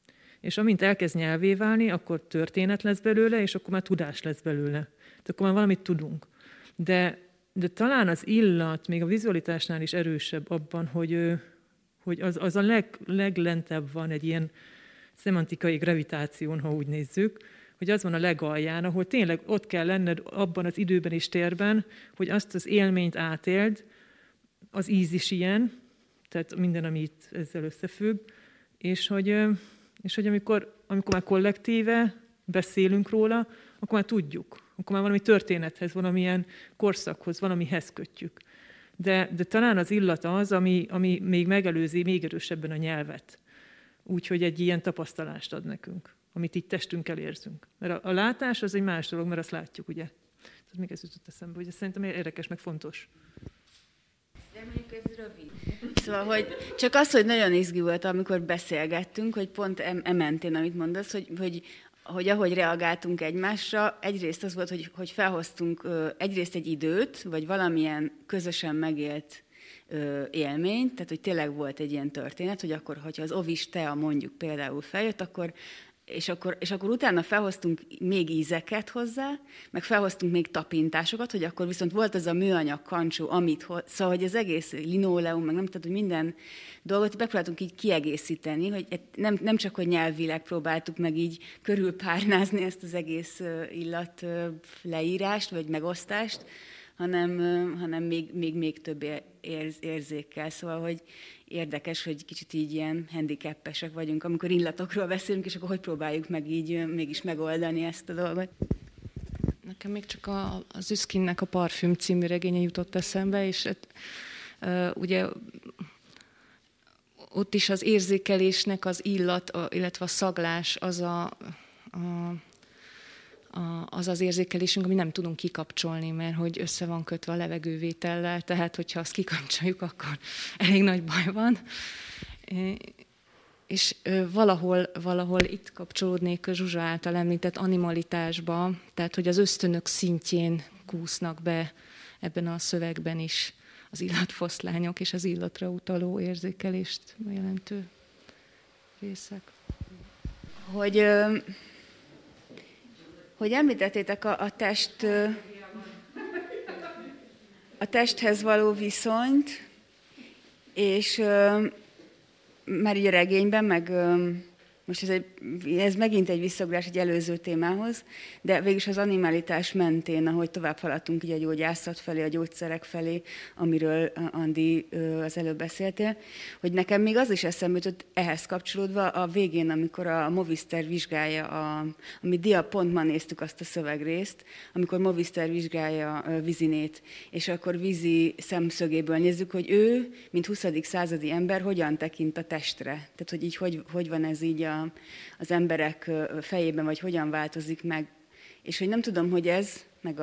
És amint elkezd nyelvé válni, akkor történet lesz belőle, és akkor már tudás lesz belőle. Tehát akkor már valamit tudunk. De talán az illat még a vizualitásnál is erősebb abban, hogy az a leglentebb van egy ilyen szemantikai gravitáción, ha úgy nézzük, hogy az van a legalján, ahol tényleg ott kell lenned abban az időben és térben, hogy azt az élményt átéld, az íz is ilyen, tehát minden, ami itt ezzel összefügg, és hogy amikor már kollektíve beszélünk róla, akkor már tudjuk, akkor már valami történethez, valamilyen korszakhoz, valamihez kötjük. De talán az illat az, ami még megelőzi még erősebben a nyelvet. Úgyhogy egy ilyen tapasztalást ad nekünk, amit így testünkkel érzünk. Mert a látás az egy más dolog, mert azt látjuk, ugye? Tehát még ez jutott eszembe, hogy ez szerintem érdekes, meg fontos. De mondjuk ez rövid. Szóval, hogy csak az, hogy nagyon izgi volt, amikor beszélgettünk, hogy pont mentén, amit mondasz, hogy ahogy reagáltunk egymásra, egyrészt az volt, hogy felhoztunk egyrészt egy időt, vagy valamilyen közösen megélt élményt, tehát hogy tényleg volt egy ilyen történet, hogy akkor, hogyha az ovis tea mondjuk például feljött, és akkor utána felhoztunk még ízeket hozzá, meg felhoztunk még tapintásokat, hogy akkor viszont volt az a műanyag kancsó, szóval, hogy az egész linóleum, meg nem tudom, hogy minden dolgot megpróbáltunk így kiegészíteni, hogy nem csak, hogy nyelvileg próbáltuk meg így körülpárnázni ezt az egész illat leírást, vagy megosztást, hanem még több érzékkel. Szóval, hogy érdekes, hogy kicsit így ilyen handicappesek vagyunk, amikor illatokról beszélünk, és akkor hogy próbáljuk meg így mégis megoldani ezt a dolgot. Nekem még csak az Üszkinnek a Parfüm című regénye jutott eszembe, és ugye ott is az érzékelésnek az illat, illetve a szaglás az érzékelésünk, ami nem tudunk kikapcsolni, mert hogy össze van kötve a levegővétellel, tehát hogyha azt kikapcsoljuk, akkor elég nagy baj van. És valahol itt kapcsolódnék a Zsuzsa által említett animalitásba, tehát hogy az ösztönök szintjén kúsznak be ebben a szövegben is az illatfoszlányok és az illatra utaló érzékelést jelentő részek. Hogy említettétek a testhez való viszonyt, és már így a regényben, meg most ez megint egy visszaugrás egy előző témához, de végülis az animalitás mentén, ahogy tovább haladtunk így a gyógyászat felé, a gyógyszerek felé, amiről Andi az előbb beszéltél, hogy nekem még az is eszembe jutott ehhez kapcsolódva a végén, amikor a Moviszter vizsgálja, ami diapontban néztük azt a szövegrészt, amikor Moviszter vizsgálja Vizinét, és akkor Vizi szemszögéből nézzük, hogy ő, mint 20. századi ember, hogyan tekint a testre. Tehát, hogy így hogy van ez így az emberek fejében, vagy hogyan változik meg. És hogy nem tudom, hogy ez, meg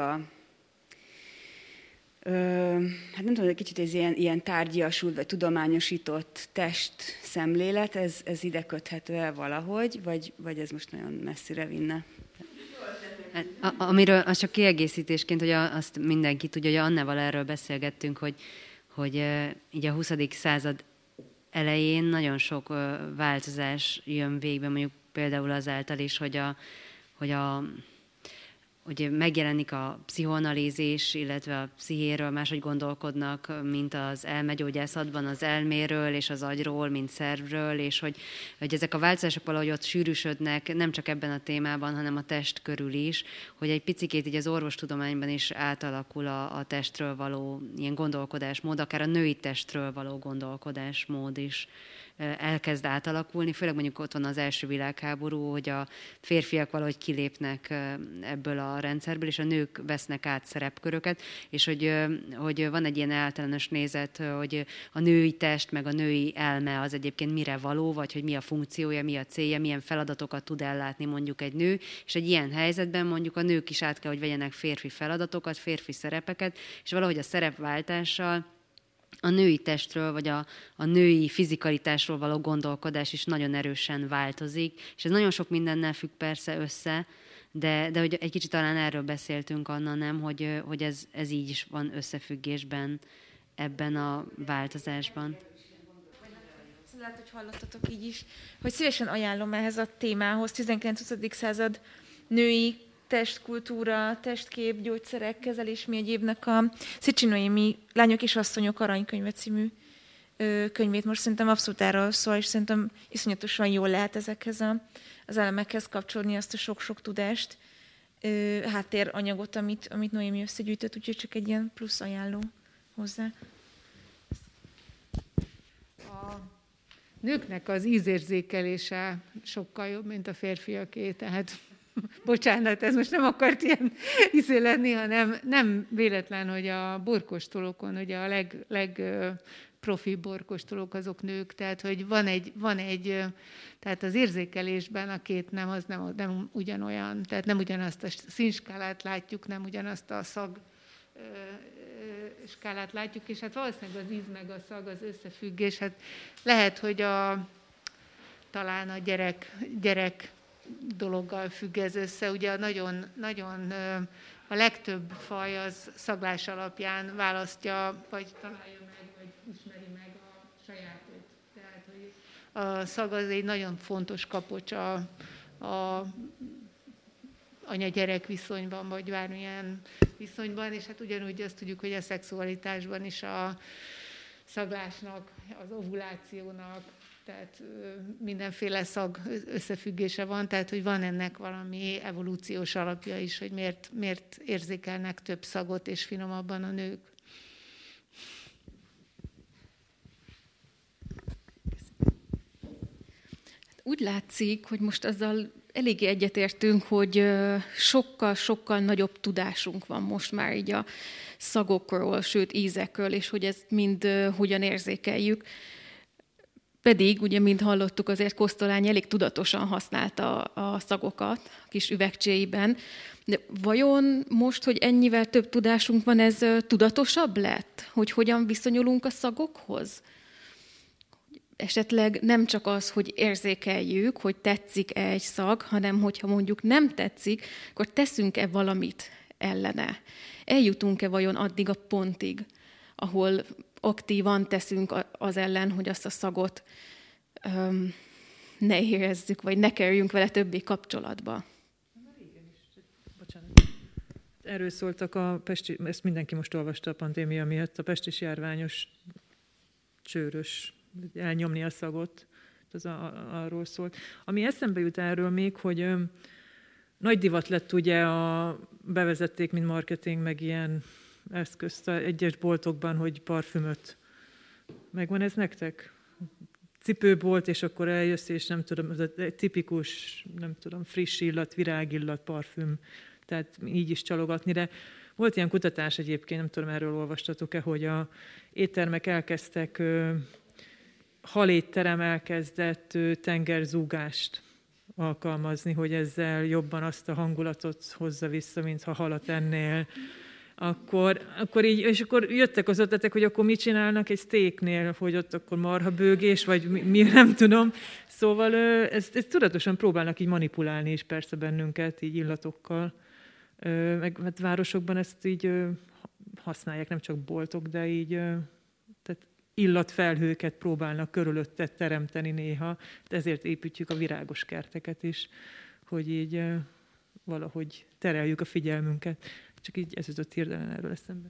hát nem tudom, hogy kicsit ez ilyen tárgyiasult, vagy tudományosított test szemlélet, ez ide köthető el valahogy, vagy ez most nagyon messzire vinne? Hát, amiről az csak kiegészítésként, hogy azt mindenki tudja, hogy Annával erről beszélgettünk, hogy így a 20. század elején nagyon sok változás jön végbe, mondjuk például azáltal is, hogy megjelenik a pszichoanalízis, illetve a pszichéről máshogy gondolkodnak, mint az elmegyógyászatban az elméről és az agyról, mint szervről, és hogy ezek a változások valahogy ott sűrűsödnek, nem csak ebben a témában, hanem a test körül is, hogy egy picikét így az orvostudományban is átalakul a testről való ilyen gondolkodásmód, akár a női testről való gondolkodásmód is elkezd átalakulni, főleg mondjuk ott van az első világháború, hogy a férfiak valahogy kilépnek ebből a rendszerből, és a nők vesznek át szerepköröket, és hogy van egy ilyen általános nézet, hogy a női test, meg a női elme az egyébként mire való, vagy hogy mi a funkciója, mi a célja, milyen feladatokat tud ellátni mondjuk egy nő, és egy ilyen helyzetben mondjuk a nők is át kell, hogy vegyenek férfi feladatokat, férfi szerepeket, és valahogy a szerepváltással a női testről, vagy a női fizikalitásról való gondolkodás is nagyon erősen változik, és ez nagyon sok mindennel függ persze össze, de hogy egy kicsit talán erről beszéltünk, Anna, nem, hogy ez így is van összefüggésben ebben a változásban. lehet, hogy hallottatok így is, hogy szívesen ajánlom ehhez a témához 19-20. század női testkultúra, testkép, gyógyszerek, kezelés mi egyébnek a Széchenyi Noémi Lányok és asszonyok aranykönyve című könyvét. Most szerintem abszolút erről szól, és szerintem iszonyatosan jól lehet ezekhez az elemekhez kapcsolni azt a sok-sok tudást, háttéranyagot, amit Noémi összegyűjtött, úgyhogy csak egy ilyen plusz ajánló hozzá. A nőknek az ízérzékelése sokkal jobb, mint a férfiaké, tehát bocsánat, ez most nem akart ilyen lenni, hanem nem véletlen, hogy a borkostolókon, ugye a legprofi borkostolók azok nők, tehát hogy van egy tehát az érzékelésben a két nem, az nem ugyanolyan, tehát nem ugyanazt a színskálát látjuk, nem ugyanazt a szag skálát látjuk, és hát valószínűleg az íz meg a szag, az összefüggés, hát lehet, hogy talán a gyerek dologgal függ ez össze. Ugye nagyon a legtöbb faj az szaglás alapján választja, vagy találja meg, vagy ismeri meg a sajátot. Tehát, hogy a szag az egy nagyon fontos kapocs a anya-gyerek viszonyban, vagy bármilyen viszonyban, és hát ugyanúgy azt tudjuk, hogy a szexualitásban is a szaglásnak, az ovulációnak, tehát mindenféle szag összefüggése van, tehát hogy van ennek valami evolúciós alapja is, hogy miért érzékelnek több szagot és finomabban a nők. Úgy látszik, hogy most azzal eléggé egyetértünk, hogy sokkal-sokkal nagyobb tudásunk van most már így a szagokról, sőt ízekről, és hogy ezt mind hogyan érzékeljük. Pedig, ugye, mint hallottuk, azért Kosztolány elég tudatosan használta a szagokat a kis üvegcséiben. De vajon most, hogy ennyivel több tudásunk van, ez tudatosabb lett? Hogy hogyan viszonyulunk a szagokhoz? Esetleg nem csak az, hogy érzékeljük, hogy tetszik-e egy szag, hanem hogyha mondjuk nem tetszik, akkor teszünk-e valamit ellene? Eljutunk-e vajon addig a pontig, ahol aktívan teszünk az ellen, hogy azt a szagot ne érezzük, vagy ne kerüljünk vele többé kapcsolatba? Bocsánat. Erről szóltak ezt mindenki most olvasta a pandémia miatt, a pestis járványos csőrös, elnyomni a szagot, az arról szólt. Ami eszembe jut erről még, hogy nagy divat lett ugye, bevezették, mint marketing, meg ilyen eszközt egyes boltokban, hogy parfümöt. Megvan ez nektek? Cipőbolt, és akkor eljössz, és nem tudom, ez egy tipikus, nem tudom, friss illat, virágillat, parfüm, tehát így is csalogatni, de volt ilyen kutatás egyébként, nem tudom, erről olvastatok-e, hogy a éttermek elkezdtek, halétterem elkezdett tengerzúgást alkalmazni, hogy ezzel jobban azt a hangulatot hozza vissza, mintha halat ennél. Akkor így, és akkor jöttek az ötletek, hogy akkor mit csinálnak egy steaknél, hogy ott akkor marhabőgés, vagy mi nem tudom. Szóval ezt tudatosan próbálnak így manipulálni is persze bennünket, így illatokkal. Meg hát városokban ezt így használják, nem csak boltok, de így tehát illatfelhőket próbálnak körülötte teremteni néha. Ezért építjük a virágos kerteket is, hogy így valahogy tereljük a figyelmünket. Csak így ez jutott hirtelen erről eszembe.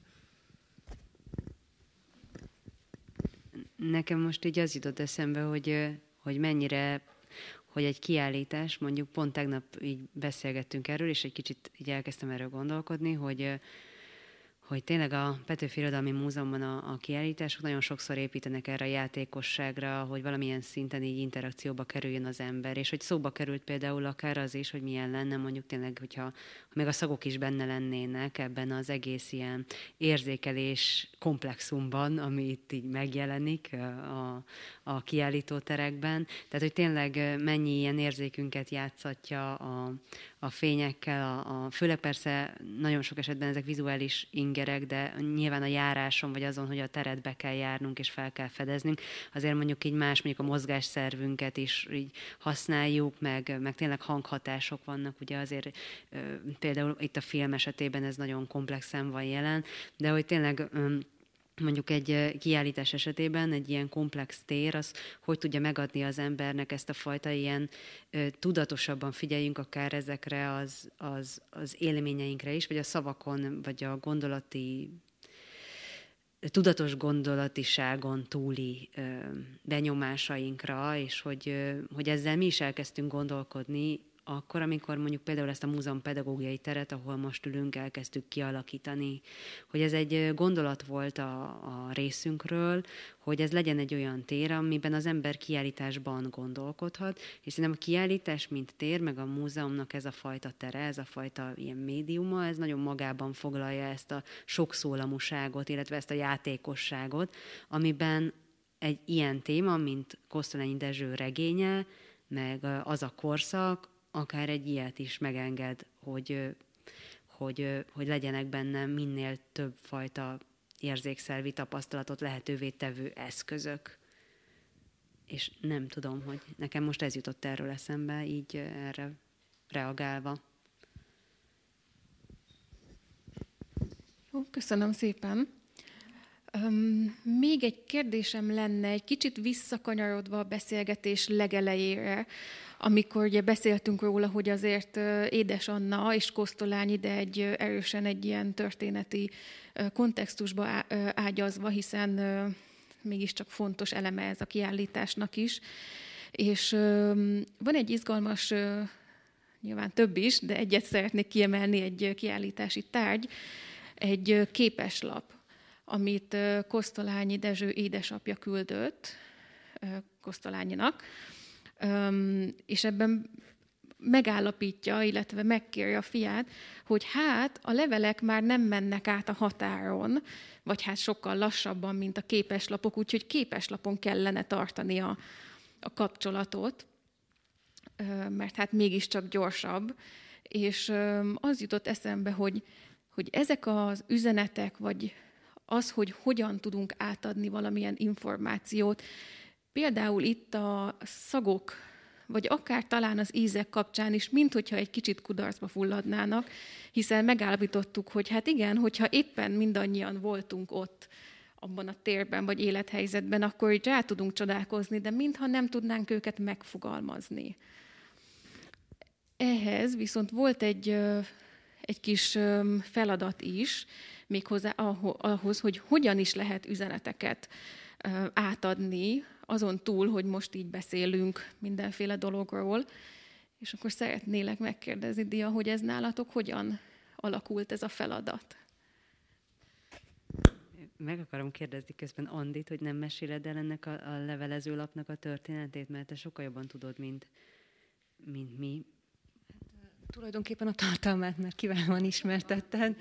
Nekem most így az jutott eszembe, hogy mennyire, hogy egy kiállítás, mondjuk pont tegnap így beszélgettünk erről, és egy kicsit így elkezdtem erről gondolkodni, hogy tényleg a Petőfi Irodalmi Múzeumban a kiállítások nagyon sokszor építenek erre a játékosságra, hogy valamilyen szinten így interakcióba kerüljön az ember, és hogy szóba került például akár az is, hogy milyen lenne mondjuk tényleg, hogyha még a szagok is benne lennének ebben az egész ilyen érzékelés komplexumban, ami itt így megjelenik a kiállítóterekben. Tehát, hogy tényleg mennyi ilyen érzékünket játszatja a fényekkel, főleg persze nagyon sok esetben ezek vizuális ingerek, de nyilván a járáson, vagy azon, hogy a teret be kell járnunk és fel kell fedeznünk, azért mondjuk így más, mondjuk a mozgásszervünket is így használjuk, meg tényleg hanghatások vannak, ugye azért például itt a film esetében ez nagyon komplexen van jelen, de hogy tényleg mondjuk egy kiállítás esetében egy ilyen komplex tér, az hogy tudja megadni az embernek ezt a fajta ilyen tudatosabban figyeljünk akár ezekre az élményeinkre is, vagy a szavakon, vagy a tudatos gondolatiságon túli benyomásainkra, és hogy ezzel mi is elkezdtünk gondolkodni, akkor, amikor mondjuk például ezt a múzeum pedagógiai teret, ahol most ülünk, elkezdtük kialakítani, hogy ez egy gondolat volt a részünkről, hogy ez legyen egy olyan tér, amiben az ember kiállításban gondolkodhat, és szerintem a kiállítás, mint tér, meg a múzeumnak ez a fajta tere, ez a fajta ilyen médiuma, ez nagyon magában foglalja ezt a sokszólamúságot, illetve ezt a játékosságot, amiben egy ilyen téma, mint Kosztolányi Dezső regénye, meg az a korszak, akár egy ilyet is megenged, hogy legyenek benne minél több fajta érzékszervi tapasztalatot lehetővé tevő eszközök. És nem tudom, hogy nekem most ez jutott erről eszembe, így erre reagálva. Jó, köszönöm szépen. Még egy kérdésem lenne, egy kicsit visszakanyarodva a beszélgetés legelejére, amikor ugye beszéltünk róla, hogy azért Édes Anna és Kosztolányi, de erősen egy ilyen történeti kontextusba ágyazva, hiszen mégiscsak fontos eleme ez a kiállításnak is. És van egy izgalmas, nyilván több is, de egyet szeretnék kiemelni, egy kiállítási tárgy, egy képeslap, amit Kosztolányi Dezső édesapja küldött Kosztolányinak, és ebben megállapítja, illetve megkérje a fiát, hogy hát a levelek már nem mennek át a határon, vagy hát sokkal lassabban, mint a képeslapok, úgyhogy képeslapon kellene tartani a kapcsolatot, mert hát mégiscsak gyorsabb. És az jutott eszembe, hogy ezek az üzenetek, vagy az, hogy hogyan tudunk átadni valamilyen információt, például itt a szagok, vagy akár talán az ízek kapcsán is, minthogyha egy kicsit kudarcba fulladnának, hiszen megállapítottuk, hogy hát igen, hogyha éppen mindannyian voltunk ott, abban a térben, vagy élethelyzetben, akkor így rá tudunk csodálkozni, de mintha nem tudnánk őket megfogalmazni. Ehhez viszont volt egy kis feladat is, méghozzá ahhoz, hogy hogyan is lehet üzeneteket átadni, azon túl, hogy most így beszélünk mindenféle dologról. És akkor szeretnélek megkérdezni, Dia, hogy ez nálatok hogyan alakult ez a feladat? Meg akarom kérdezni közben Andit, hogy nem meséled el ennek a levelezőlapnak a történetét, mert te sokkal jobban tudod, mint mi. Tulajdonképpen a tartalmát, mert kiválóan ismertetted.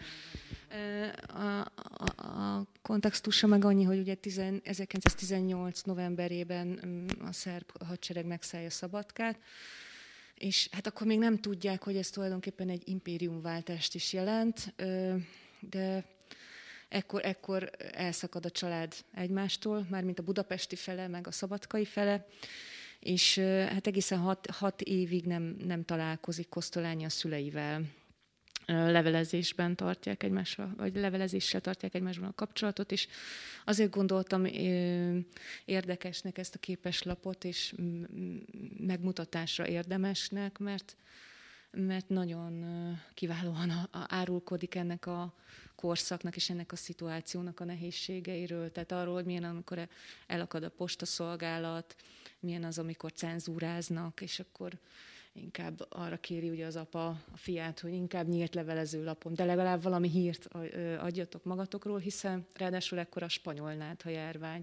A kontextusa meg annyi, hogy ugye 1918 novemberében a szerb hadsereg megszállja Szabadkát, és hát akkor még nem tudják, hogy ez tulajdonképpen egy impériumváltást is jelent, de ekkor elszakad a család egymástól, mármint a budapesti fele, meg a szabadkai fele, és hát egészen 6 évig nem találkozik Kosztolányi a szüleivel. Levelezésben tartják egymással, vagy levelezéssel tartják egymásban a kapcsolatot, és azért gondoltam érdekesnek ezt a képeslapot, és megmutatásra érdemesnek, mert nagyon kiválóan árulkodik ennek a korszaknak és ennek a szituációnak a nehézségeiről. Tehát arról, hogy milyen, amikor elakad a postaszolgálat, milyen az, amikor cenzúráznak, és akkor inkább arra kéri ugye az apa a fiát, hogy inkább nyílt levelező lapon, de legalább valami hírt adjatok magatokról, hiszen ráadásul ekkor a spanyol nátha járvány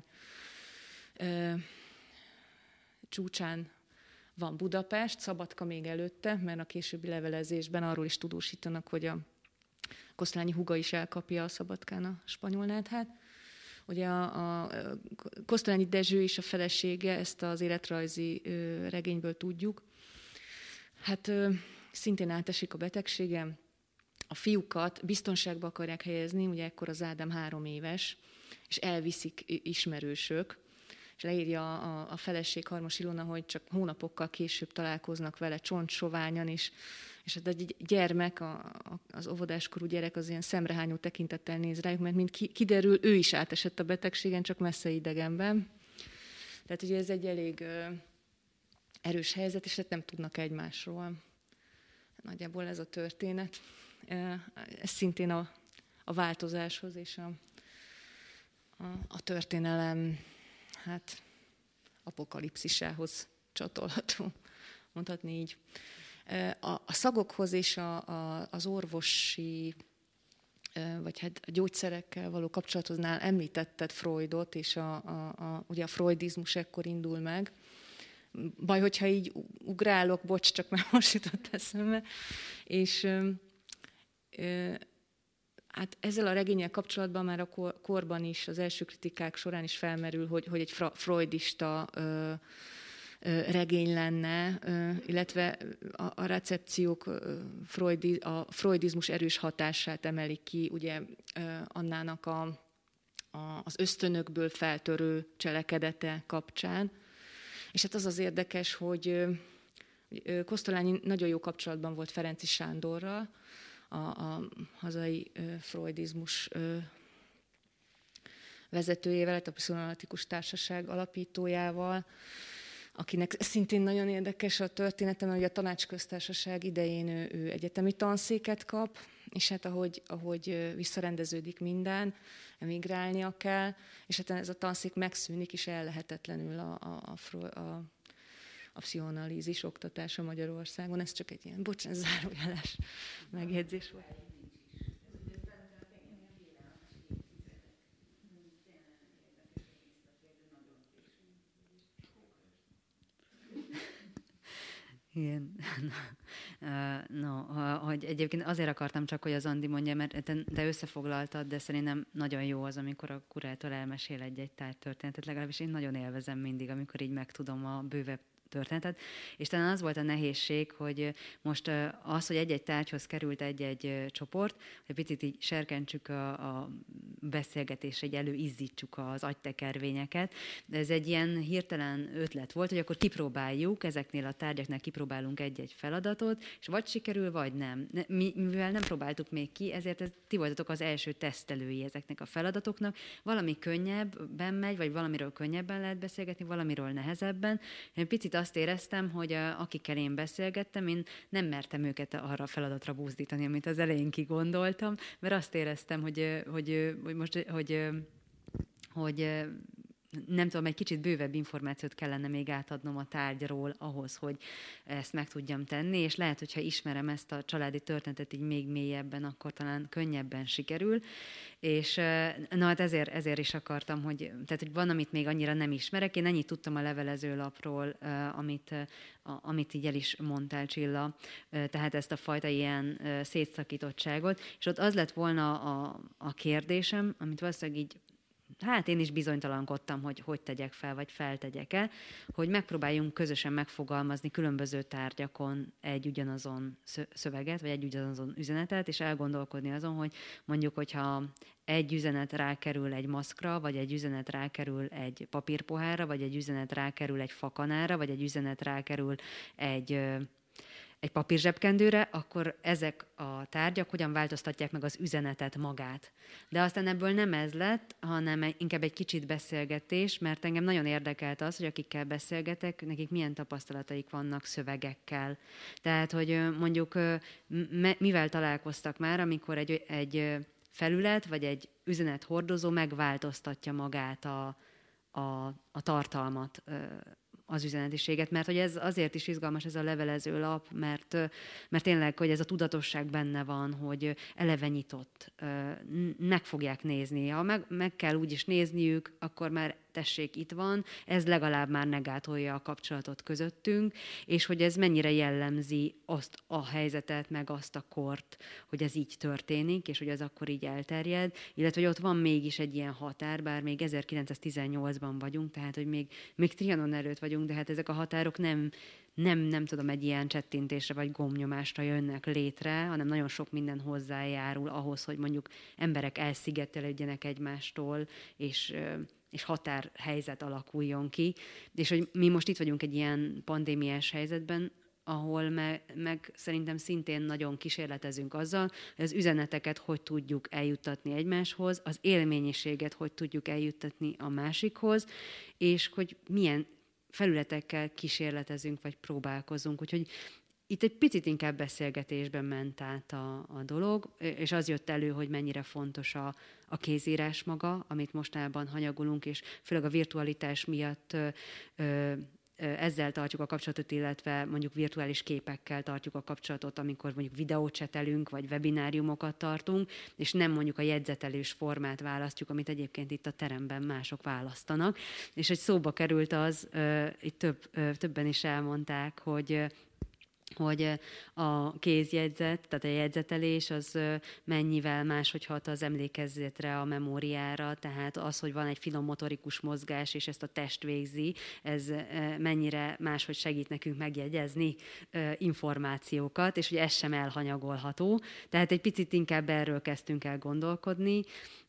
csúcsán van Budapest, Szabadka még előtte, mert a későbbi levelezésben arról is tudósítanak, hogy a Kosztolányi húga is elkapja a Szabadkán a spanyol náthát. Ugye a Kosztolányi Dezső és a felesége, ezt az életrajzi regényből tudjuk, hát szintén átesik a betegsége. A fiúkat biztonságba akarják helyezni, ugye ekkor az Ádám 3 éves, és elviszik ismerősök, és leírja a feleség, Harmos Ilona, hogy csak hónapokkal később találkoznak vele csontsoványan, és És hát egy gyermek, az óvodáskorú gyerek az ilyen szemrehányó tekintettel néz rájuk, mert mint kiderül, ő is átesett a betegségen, csak messze idegenben. Tehát ugye ez egy elég erős helyzet, és hát nem tudnak egymásról. Nagyjából ez a történet. Ez szintén a változáshoz és a történelem apokalipszisához csatolható, mondhatni így. A szagokhoz és az orvosi, vagy hát a gyógyszerekkel való kapcsolathoznál említetted Freudot, és ugye a freudizmus ekkor indul meg. Baj, hogyha így ugrálok, bocs, csak már most jutott eszembe. És hát ezzel a regénnyel kapcsolatban már a korban is, az első kritikák során is felmerül, hogy egy freudista regény lenne, illetve a recepciók a freudizmus erős hatását emelik ki, ugye Annának az ösztönökből feltörő cselekedete kapcsán. És hát az érdekes, hogy Kosztolányi nagyon jó kapcsolatban volt Ferenczy Sándorral, a hazai freudizmus vezetőjével, a Pszichoanalitikus Társaság alapítójával, akinek szintén nagyon érdekes a története, mert ugye a Tanácsköztársaság idején ő egyetemi tanszéket kap, és hát ahogy visszarendeződik minden, emigrálnia kell, és hát ez a tanszék megszűnik, és ellehetetlenül a pszichoanalízis oktatása Magyarországon. Ez csak egy ilyen, bocsánat, zárójeles megjegyzés volt. Igen. Hogy egyébként azért akartam csak, hogy az Andi mondja, mert te összefoglaltad, de szerintem nagyon jó az, amikor a kurátor elmesél egy tárgytörténetet, legalábbis én nagyon élvezem mindig, amikor így megtudom a bővebb történetet. És talán az volt a nehézség, hogy most az, hogy egy-egy tárgyhoz került egy-egy csoport, hogy picit így serkentsük a beszélgetésre, így előizzítsuk az agytekervényeket, de ez egy ilyen hirtelen ötlet volt, hogy akkor kipróbáljuk, ezeknél a tárgyaknál kipróbálunk egy-egy feladatot, és vagy sikerül, vagy nem. Mivel nem próbáltuk még ki, ezért ti voltatok az első tesztelői ezeknek a feladatoknak. Valami könnyebben megy, vagy valamiről könnyebben lehet beszélgetni, valamiről nehezebben. Én picit azt éreztem, hogy akikkel én beszélgettem, én nem mertem őket arra a feladatra buzdítani, amit az elején kigondoltam, mert azt éreztem, hogy nem tudom, egy kicsit bővebb információt kellene még átadnom a tárgyról ahhoz, hogy ezt meg tudjam tenni, és lehet, hogyha ismerem ezt a családi történetet így még mélyebben, akkor talán könnyebben sikerül. És na hát ezért is akartam, hogy van, amit még annyira nem ismerek. Én ennyit tudtam a levelezőlapról, amit így el is mondtál, Csilla, tehát ezt a fajta ilyen szétszakítottságot. És ott az lett volna a kérdésem, amit valószínűleg így én is bizonytalankodtam, hogy tegyek fel, vagy feltegyek-e, hogy megpróbáljunk közösen megfogalmazni különböző tárgyakon egy ugyanazon szöveget, vagy egy ugyanazon üzenetet, és elgondolkodni azon, hogy mondjuk, hogyha egy üzenet rákerül egy maszkra, vagy egy üzenet rákerül egy papírpohárra, vagy egy üzenet rákerül egy fakanára, vagy egy üzenet rákerül egy papírzsebkendőre, akkor ezek a tárgyak hogyan változtatják meg az üzenetet magát. De aztán ebből nem ez lett, hanem inkább egy kicsit beszélgetés, mert engem nagyon érdekelt az, hogy akikkel beszélgetek, nekik milyen tapasztalataik vannak szövegekkel. Tehát, hogy mondjuk mivel találkoztak már, amikor egy felület, vagy egy üzenethordozó megváltoztatja magát a tartalmat, az üzenetiséget, mert hogy ez azért is izgalmas ez a levelező lap, mert tényleg, hogy ez a tudatosság benne van, hogy eleve nyitott, meg fogják nézni. Ha meg kell úgy is nézniük, akkor már tessék, itt van, ez legalább már negátolja a kapcsolatot közöttünk, és hogy ez mennyire jellemzi azt a helyzetet, meg azt a kort, hogy ez így történik, és hogy ez akkor így elterjed, illetve hogy ott van mégis egy ilyen határ, bár még 1918-ban vagyunk, tehát hogy még Trianon előtt vagyunk, de hát ezek a határok nem tudom, egy ilyen csettintésre vagy gombnyomásra jönnek létre, hanem nagyon sok minden hozzájárul ahhoz, hogy mondjuk emberek elszigetelődjenek egymástól, és határhelyzet alakuljon ki. És hogy mi most itt vagyunk egy ilyen pandémiás helyzetben, ahol meg szerintem szintén nagyon kísérletezünk azzal, hogy az üzeneteket hogy tudjuk eljuttatni egymáshoz, az élményiséget hogy tudjuk eljuttatni a másikhoz, és hogy milyen felületekkel kísérletezünk, vagy próbálkozunk. Úgyhogy itt egy picit inkább beszélgetésben ment át a dolog, és az jött elő, hogy mennyire fontos a kézírás maga, amit mostában hanyagolunk, és főleg a virtualitás miatt ezzel tartjuk a kapcsolatot, illetve mondjuk virtuális képekkel tartjuk a kapcsolatot, amikor mondjuk videócsetelünk, vagy webináriumokat tartunk, és nem mondjuk a jegyzetelős formát választjuk, amit egyébként itt a teremben mások választanak. És hogy szóba került az, itt többen is elmondták, hogy a kézjegyzet, tehát a jegyzetelés az mennyivel máshogy hat az emlékezetre, a memóriára, tehát az, hogy van egy finom motorikus mozgás, és ezt a test végzi, ez mennyire máshogy segít nekünk megjegyezni információkat, és hogy ez sem elhanyagolható. Tehát egy picit inkább erről kezdtünk el gondolkodni,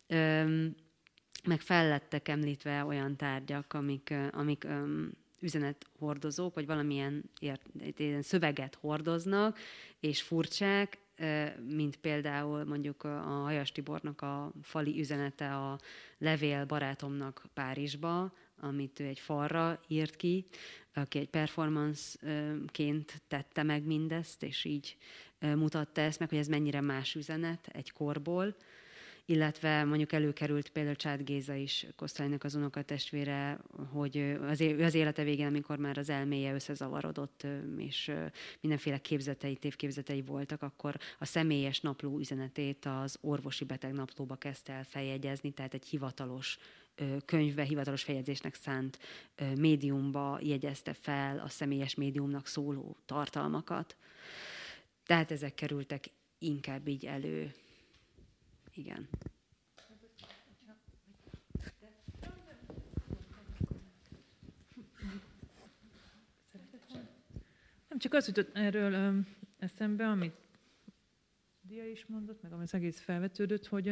meg fel lettek említve olyan tárgyak, amik üzenethordozók, vagy valamilyen szöveget hordoznak, és furcsák, mint például mondjuk a Hajas Tibornak a fali üzenete a levél barátomnak Párizsba, amit ő egy falra írt ki, aki egy performance-ként tette meg mindezt, és így mutatta ezt meg, hogy ez mennyire más üzenet egy korból, illetve mondjuk előkerült például Csád Géza is, Kosztolánynak az unokatestvére, hogy az élete végén, amikor már az elméje összezavarodott, és mindenféle tévképzetei voltak, akkor a személyes napló üzenetét az orvosi betegnaplóba kezdte el feljegyezni, tehát egy hivatalos könyvbe, hivatalos feljegyzésnek szánt médiumba jegyezte fel a személyes médiumnak szóló tartalmakat. Tehát ezek kerültek inkább így elő. Igen. Nem csak az jutott erről eszembe, amit Dia is mondott, meg az egész felvetődött, hogy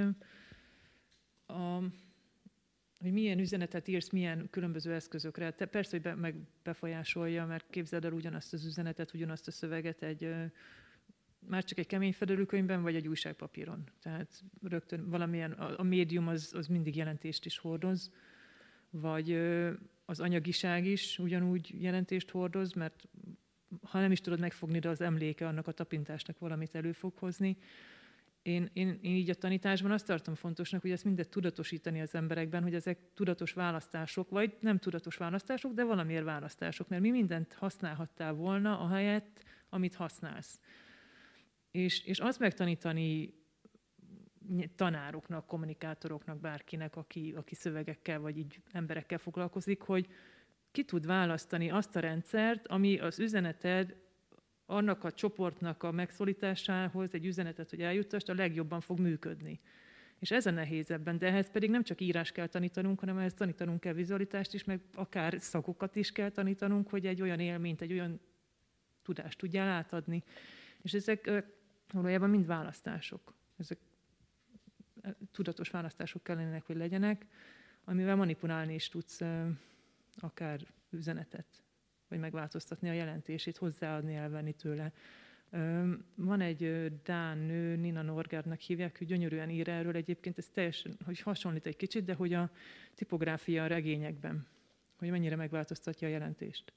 milyen üzenetet írsz, milyen különböző eszközökre. Persze, hogy meg befolyásolja, mert képzeld el ugyanazt az üzenetet, ugyanazt a szöveget már csak egy kemény fedelőkönyvben, vagy egy újságpapíron. Tehát rögtön valamilyen, a médium az mindig jelentést is hordoz, vagy az anyagiság is ugyanúgy jelentést hordoz, mert ha nem is tudod megfogni, de az emléke annak a tapintásnak valamit elő fog hozni. Én így a tanításban azt tartom fontosnak, hogy ezt mindet tudatosítani az emberekben, hogy ezek tudatos választások, vagy nem tudatos választások, de valamiért választások, mert mi mindent használhattál volna ahelyett, amit használsz. És azt megtanítani tanároknak, kommunikátoroknak, bárkinek, aki szövegekkel vagy így emberekkel foglalkozik, hogy ki tud választani azt a rendszert, ami az üzeneted annak a csoportnak a megszólításához egy üzenetet, hogy eljuttasd, a legjobban fog működni. És ez a nehéz ebben, de ehhez pedig nem csak írás kell tanítanunk, hanem ehhez tanítanunk kell vizualitást is, meg akár szakokat is kell tanítanunk, hogy egy olyan élményt, egy olyan tudást tudjál átadni. És ezek valójában mind választások. Ezek tudatos választások kellenek, hogy legyenek, amivel manipulálni is tudsz akár üzenetet, vagy megváltoztatni a jelentését, hozzáadni, elvenni tőle. Van egy dán nő, Nina Norgardnak hívják, hogy gyönyörűen ír erről egyébként, ez teljesen, hogy hasonlít egy kicsit, de hogy a tipográfia a regényekben, hogy mennyire megváltoztatja a jelentést.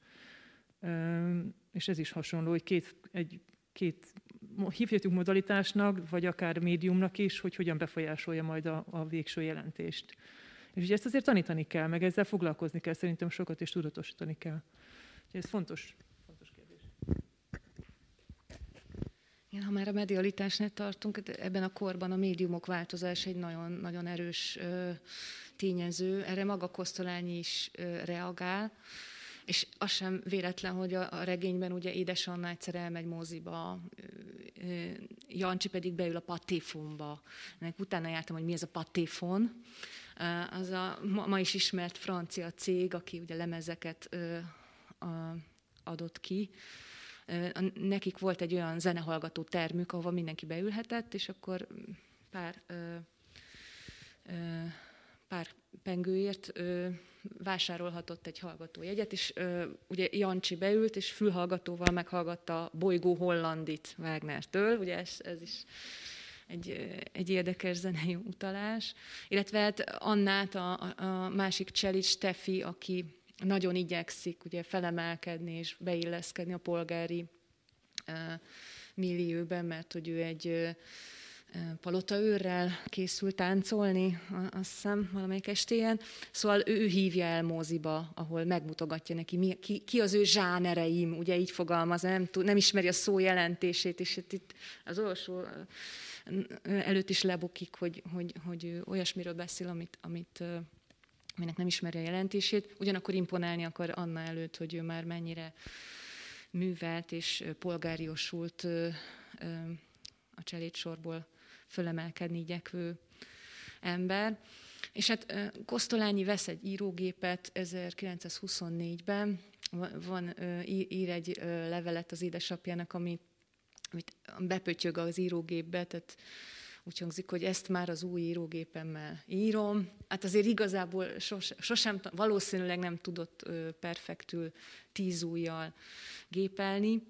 És ez is hasonló, hogy két hívhatjuk modalitásnak, vagy akár médiumnak is, hogy hogyan befolyásolja majd a végső jelentést. És ugye ezt azért tanítani kell, meg ezzel foglalkozni kell, szerintem sokat és tudatosítani kell. Úgyhogy ez fontos kérdés. Igen, ha már a medialitásnál tartunk, ebben a korban a médiumok változása egy nagyon, nagyon erős tényező. Erre maga Kosztolányi is reagál. És az sem véletlen, hogy a regényben ugye édesanna egyszer elmegy moziba, Jancsi pedig beül a patéfonba. Ennek utána jártam, hogy mi ez a patéfon. Az a ma is ismert francia cég, aki ugye lemezeket adott ki. Nekik volt egy olyan zenehallgató termük, ahova mindenki beülhetett, és akkor pár pengőért vásárolhatott egy hallgatójegyet, és ugye Jancsi beült, és fülhallgatóval meghallgatta Bolygó Hollandit Wagnertől, ugye ez is egy érdekes zenei utalás. Illetve hát Annát, a másik cselit, Steffi, aki nagyon igyekszik ugye felemelkedni és beilleszkedni a polgári millióben, mert hogy ő egy palotaőrrel készült táncolni, azt hiszem, valamelyik estéjen. Szóval ő hívja el moziba, ahol megmutogatja neki, ki az ő zsánereim, ugye így fogalmaz, nem ismeri a szó jelentését, és itt az olvasó előtt is lebukik, hogy ő olyasmiről beszél, aminek nem ismeri a jelentését. Ugyanakkor imponálni akar Anna előtt, hogy ő már mennyire művelt és polgáriosult a cselédsorból fölemelkedni igyekvő ember. És hát Kosztolányi vesz egy írógépet 1924-ben, ír egy levelet az édesapjának, amit bepöttyög az írógépbe, tehát úgy hangzik, hogy ezt már az új írógépemmel írom. Hát azért igazából sosem, valószínűleg nem tudott perfektül 10 ujjal gépelni,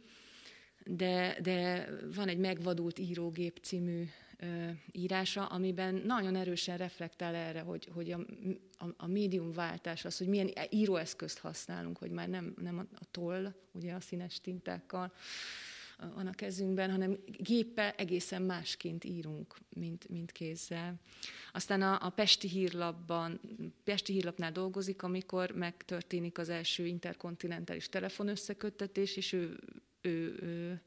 de van egy Megvadult írógép című írása, amiben nagyon erősen reflektál erre, hogy a médiumváltás az, hogy milyen íróeszközt használunk, hogy már nem a toll, ugye a színes tintákkal van a kezünkben, hanem géppel egészen másként írunk, mint kézzel. Aztán a Pesti Hírlapnál dolgozik, amikor megtörténik az első interkontinentális telefonösszeköttetés, és ő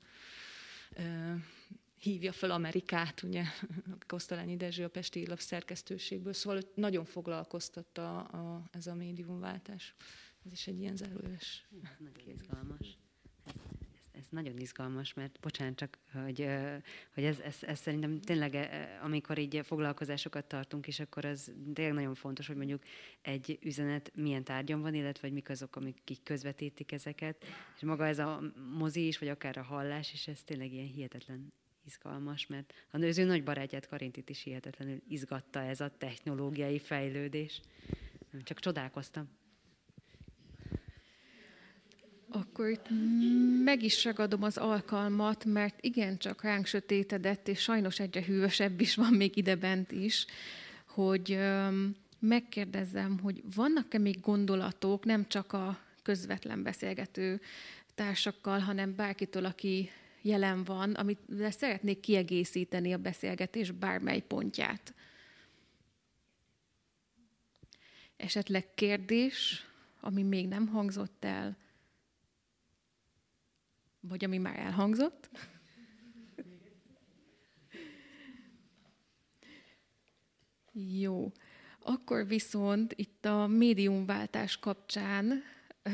hívja fel Amerikát, ugye, Kosztolányi Dezső a Pesti Hírlap szerkesztőségből, szóval nagyon foglalkoztatta ez a médiumváltás. Ez is egy ilyen zárójeles. Ez nagyon izgalmas. Ez nagyon izgalmas, mert bocsánat, csak, hogy ez szerintem tényleg, amikor így foglalkozásokat tartunk, és akkor az tényleg nagyon fontos, hogy mondjuk egy üzenet milyen tárgyon van, illetve hogy mik azok, amik így közvetítik ezeket, és maga ez a mozi is, vagy akár a hallás, és ez tényleg ilyen hihetetlen izgalmas, mert az ő nagy barátját, Karintit is hihetetlenül izgatta ez a technológiai fejlődés. Csak csodálkoztam. Akkor itt meg is ragadom az alkalmat, mert igencsak ránk sötétedett, és sajnos egyre hűvösebb is van még idebent is, hogy megkérdezzem, hogy vannak-e még gondolatok, nem csak a közvetlen beszélgető társakkal, hanem bárkitől, aki jelen van, amit szeretnék kiegészíteni a beszélgetés bármely pontját. Esetleg kérdés, ami még nem hangzott el, vagy ami már elhangzott. Jó. Akkor viszont itt a médiumváltás kapcsán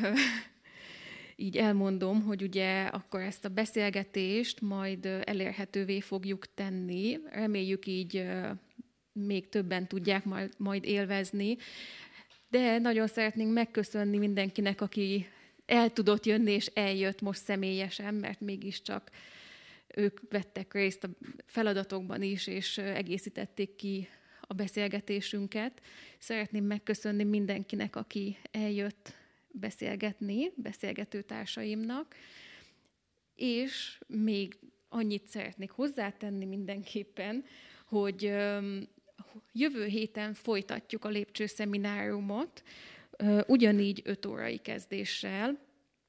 így elmondom, hogy ugye akkor ezt a beszélgetést majd elérhetővé fogjuk tenni. Reméljük így még többen tudják majd élvezni. De nagyon szeretnénk megköszönni mindenkinek, aki el tudott jönni, és eljött most személyesen, mert mégiscsak ők vettek részt a feladatokban is, és egészítették ki a beszélgetésünket. Szeretném megköszönni mindenkinek, aki eljött beszélgetni, beszélgetőtársaimnak, és még annyit szeretnék hozzátenni mindenképpen, hogy jövő héten folytatjuk a lépcsőszemináriumot, ugyanígy 5 órai kezdéssel.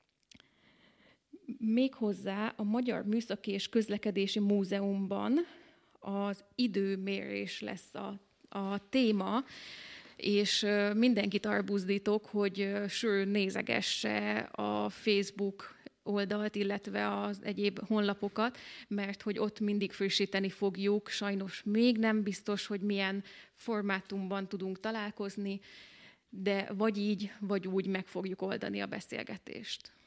Méghozzá a Magyar Műszaki és Közlekedési Múzeumban az időmérés lesz a téma, és mindenkit arra buzdítok, hogy sűrűn nézegesse a Facebook oldalt, illetve az egyéb honlapokat, mert hogy ott mindig frissíteni fogjuk. Sajnos még nem biztos, hogy milyen formátumban tudunk találkozni, de vagy így, vagy úgy meg fogjuk oldani a beszélgetést.